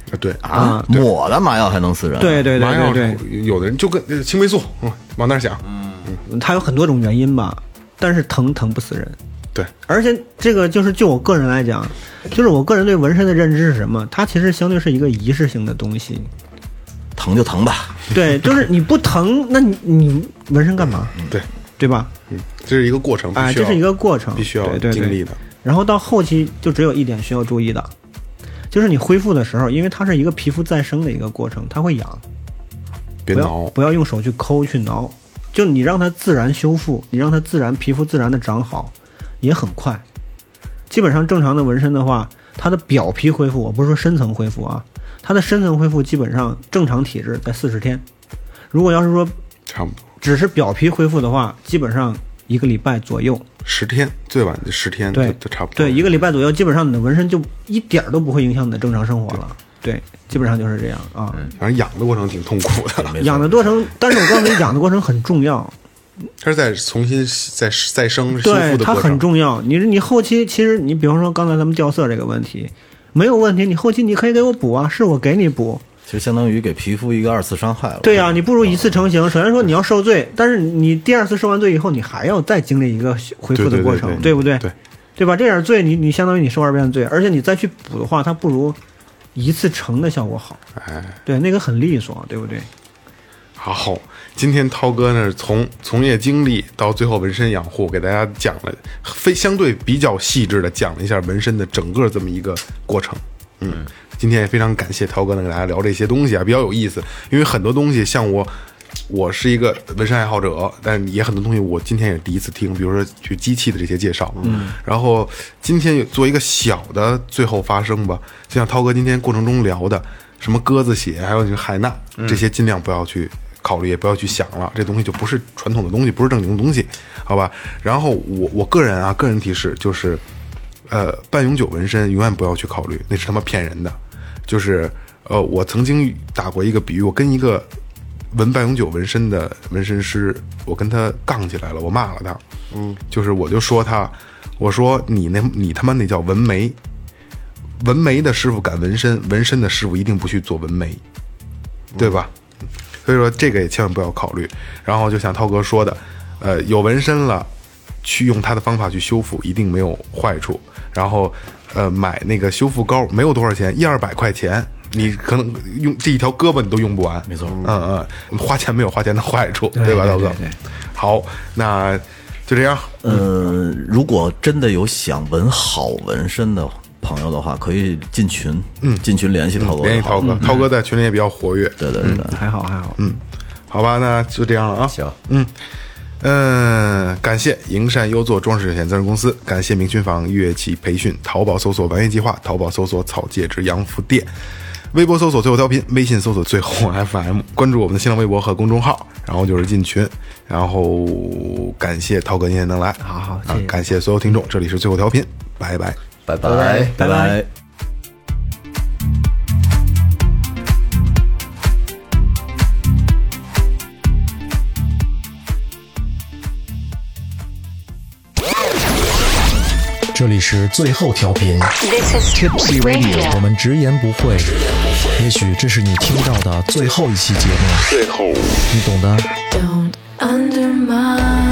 对
啊，抹了麻药还能死人？
对对对
麻药
对
有的人就跟青霉素，往那儿想，
它有很多种原因吧，但是疼不死人。
对，
而且这个就是就我个人来讲，就是我个人对纹身的认知是什么？它其实相对是一个仪式性的东西。
疼就疼吧。
对，就是你不疼，那你纹身干嘛？对吧？
这是一个过程，
这是一个过程，
必须要
对
经历的。
然后到后期就只有一点需要注意的，就是你恢复的时候，因为它是一个皮肤再生的一个过程，它会痒，
别挠，
不要用手去抠去挠，就你让它自然修复，你让它皮肤自然的长好，也很快。基本上正常的纹身的话，它的表皮恢复，我不是说深层恢复啊，它的深层恢复基本上正常体质在40天，如果要是说
差不多
只是表皮恢复的话，基本上1个礼拜左右
，10天最晚10天就差不多。
对，1个礼拜左右，基本上你的纹身就一点都不会影响你的正常生活了。对，基本上就是这样啊。
反正养的过程挺痛苦的，
养的过程，但是我告诉你，养的过程很重要。
它是在重新再生修复的过程，
对，它很重要。你后期其实你比方说刚才咱们掉色这个问题没有问题，你后期你可以给我补啊，是我给你补。
其实相当于给皮肤一个2次伤害了。
对啊，你不如一次成型。首先说你要受罪，但是你第2次受完罪以后，你还要再经历一个恢复的过程，对不对？对吧？这点罪你相当于你受2遍罪，而且你再去补的话，它不如一次成的效果好。对，那个很利索，对不对？
好，今天涛哥呢，从从业经历到最后纹身养护，给大家讲了相对比较细致的讲了一下纹身的整个这么一个过程。今天也非常感谢涛哥能给大家聊这些东西啊，比较有意思。因为很多东西像我是一个纹身爱好者，但也很多东西我今天也第一次听，比如说去机器的这些介绍。然后今天做一个小的最后发声吧，就像涛哥今天过程中聊的什么鸽子血，还有这个海娜，这些尽量不要去考虑，也不要去想了，这东西就不是传统的东西，不是正经的东西，好吧？然后我个人提示就是，半永久纹身永远不要去考虑，那是他妈骗人的。就是我曾经打过一个比喻，我跟一个纹半永久纹身的纹身师，我跟他杠起来了，我骂了他。就是我就说他，我说你他妈那叫纹眉，纹眉的师傅敢纹身，纹身的师傅一定不去做纹眉，对吧？所以说这个也千万不要考虑。然后就像涛哥说的，有纹身了，去用他的方法去修复，一定没有坏处。然后买那个修复膏没有多少钱，100-200块钱，你可能用这一条胳膊你都用不完。
没错，
花钱没有花钱的坏处，对吧，涛哥？对。好，那就这样。
如果真的有想纹好纹身的朋友的话，可以进群，进群联系涛哥，
联系涛哥，涛哥在群里也比较活跃。
对，
还好，
好吧，那就这样了啊。
行，
感谢营山优作装饰有限责任公司，感谢明群坊乐器培训，淘宝搜索完乐计划，淘宝搜索草戒指洋服店，微博搜索最后调频，微信搜索最后 FM， 关注我们的新浪微博和公众号，然后就是进群。然后感谢涛哥今天能来，
好，谢谢。
感谢所有听众，这里是最后调频，拜拜，
拜拜，
拜拜。
这里是最后调频
This is Tipsy Radio。
我们直言不讳，也许这是你听到的最后一期节目，你懂的。
Don't undermine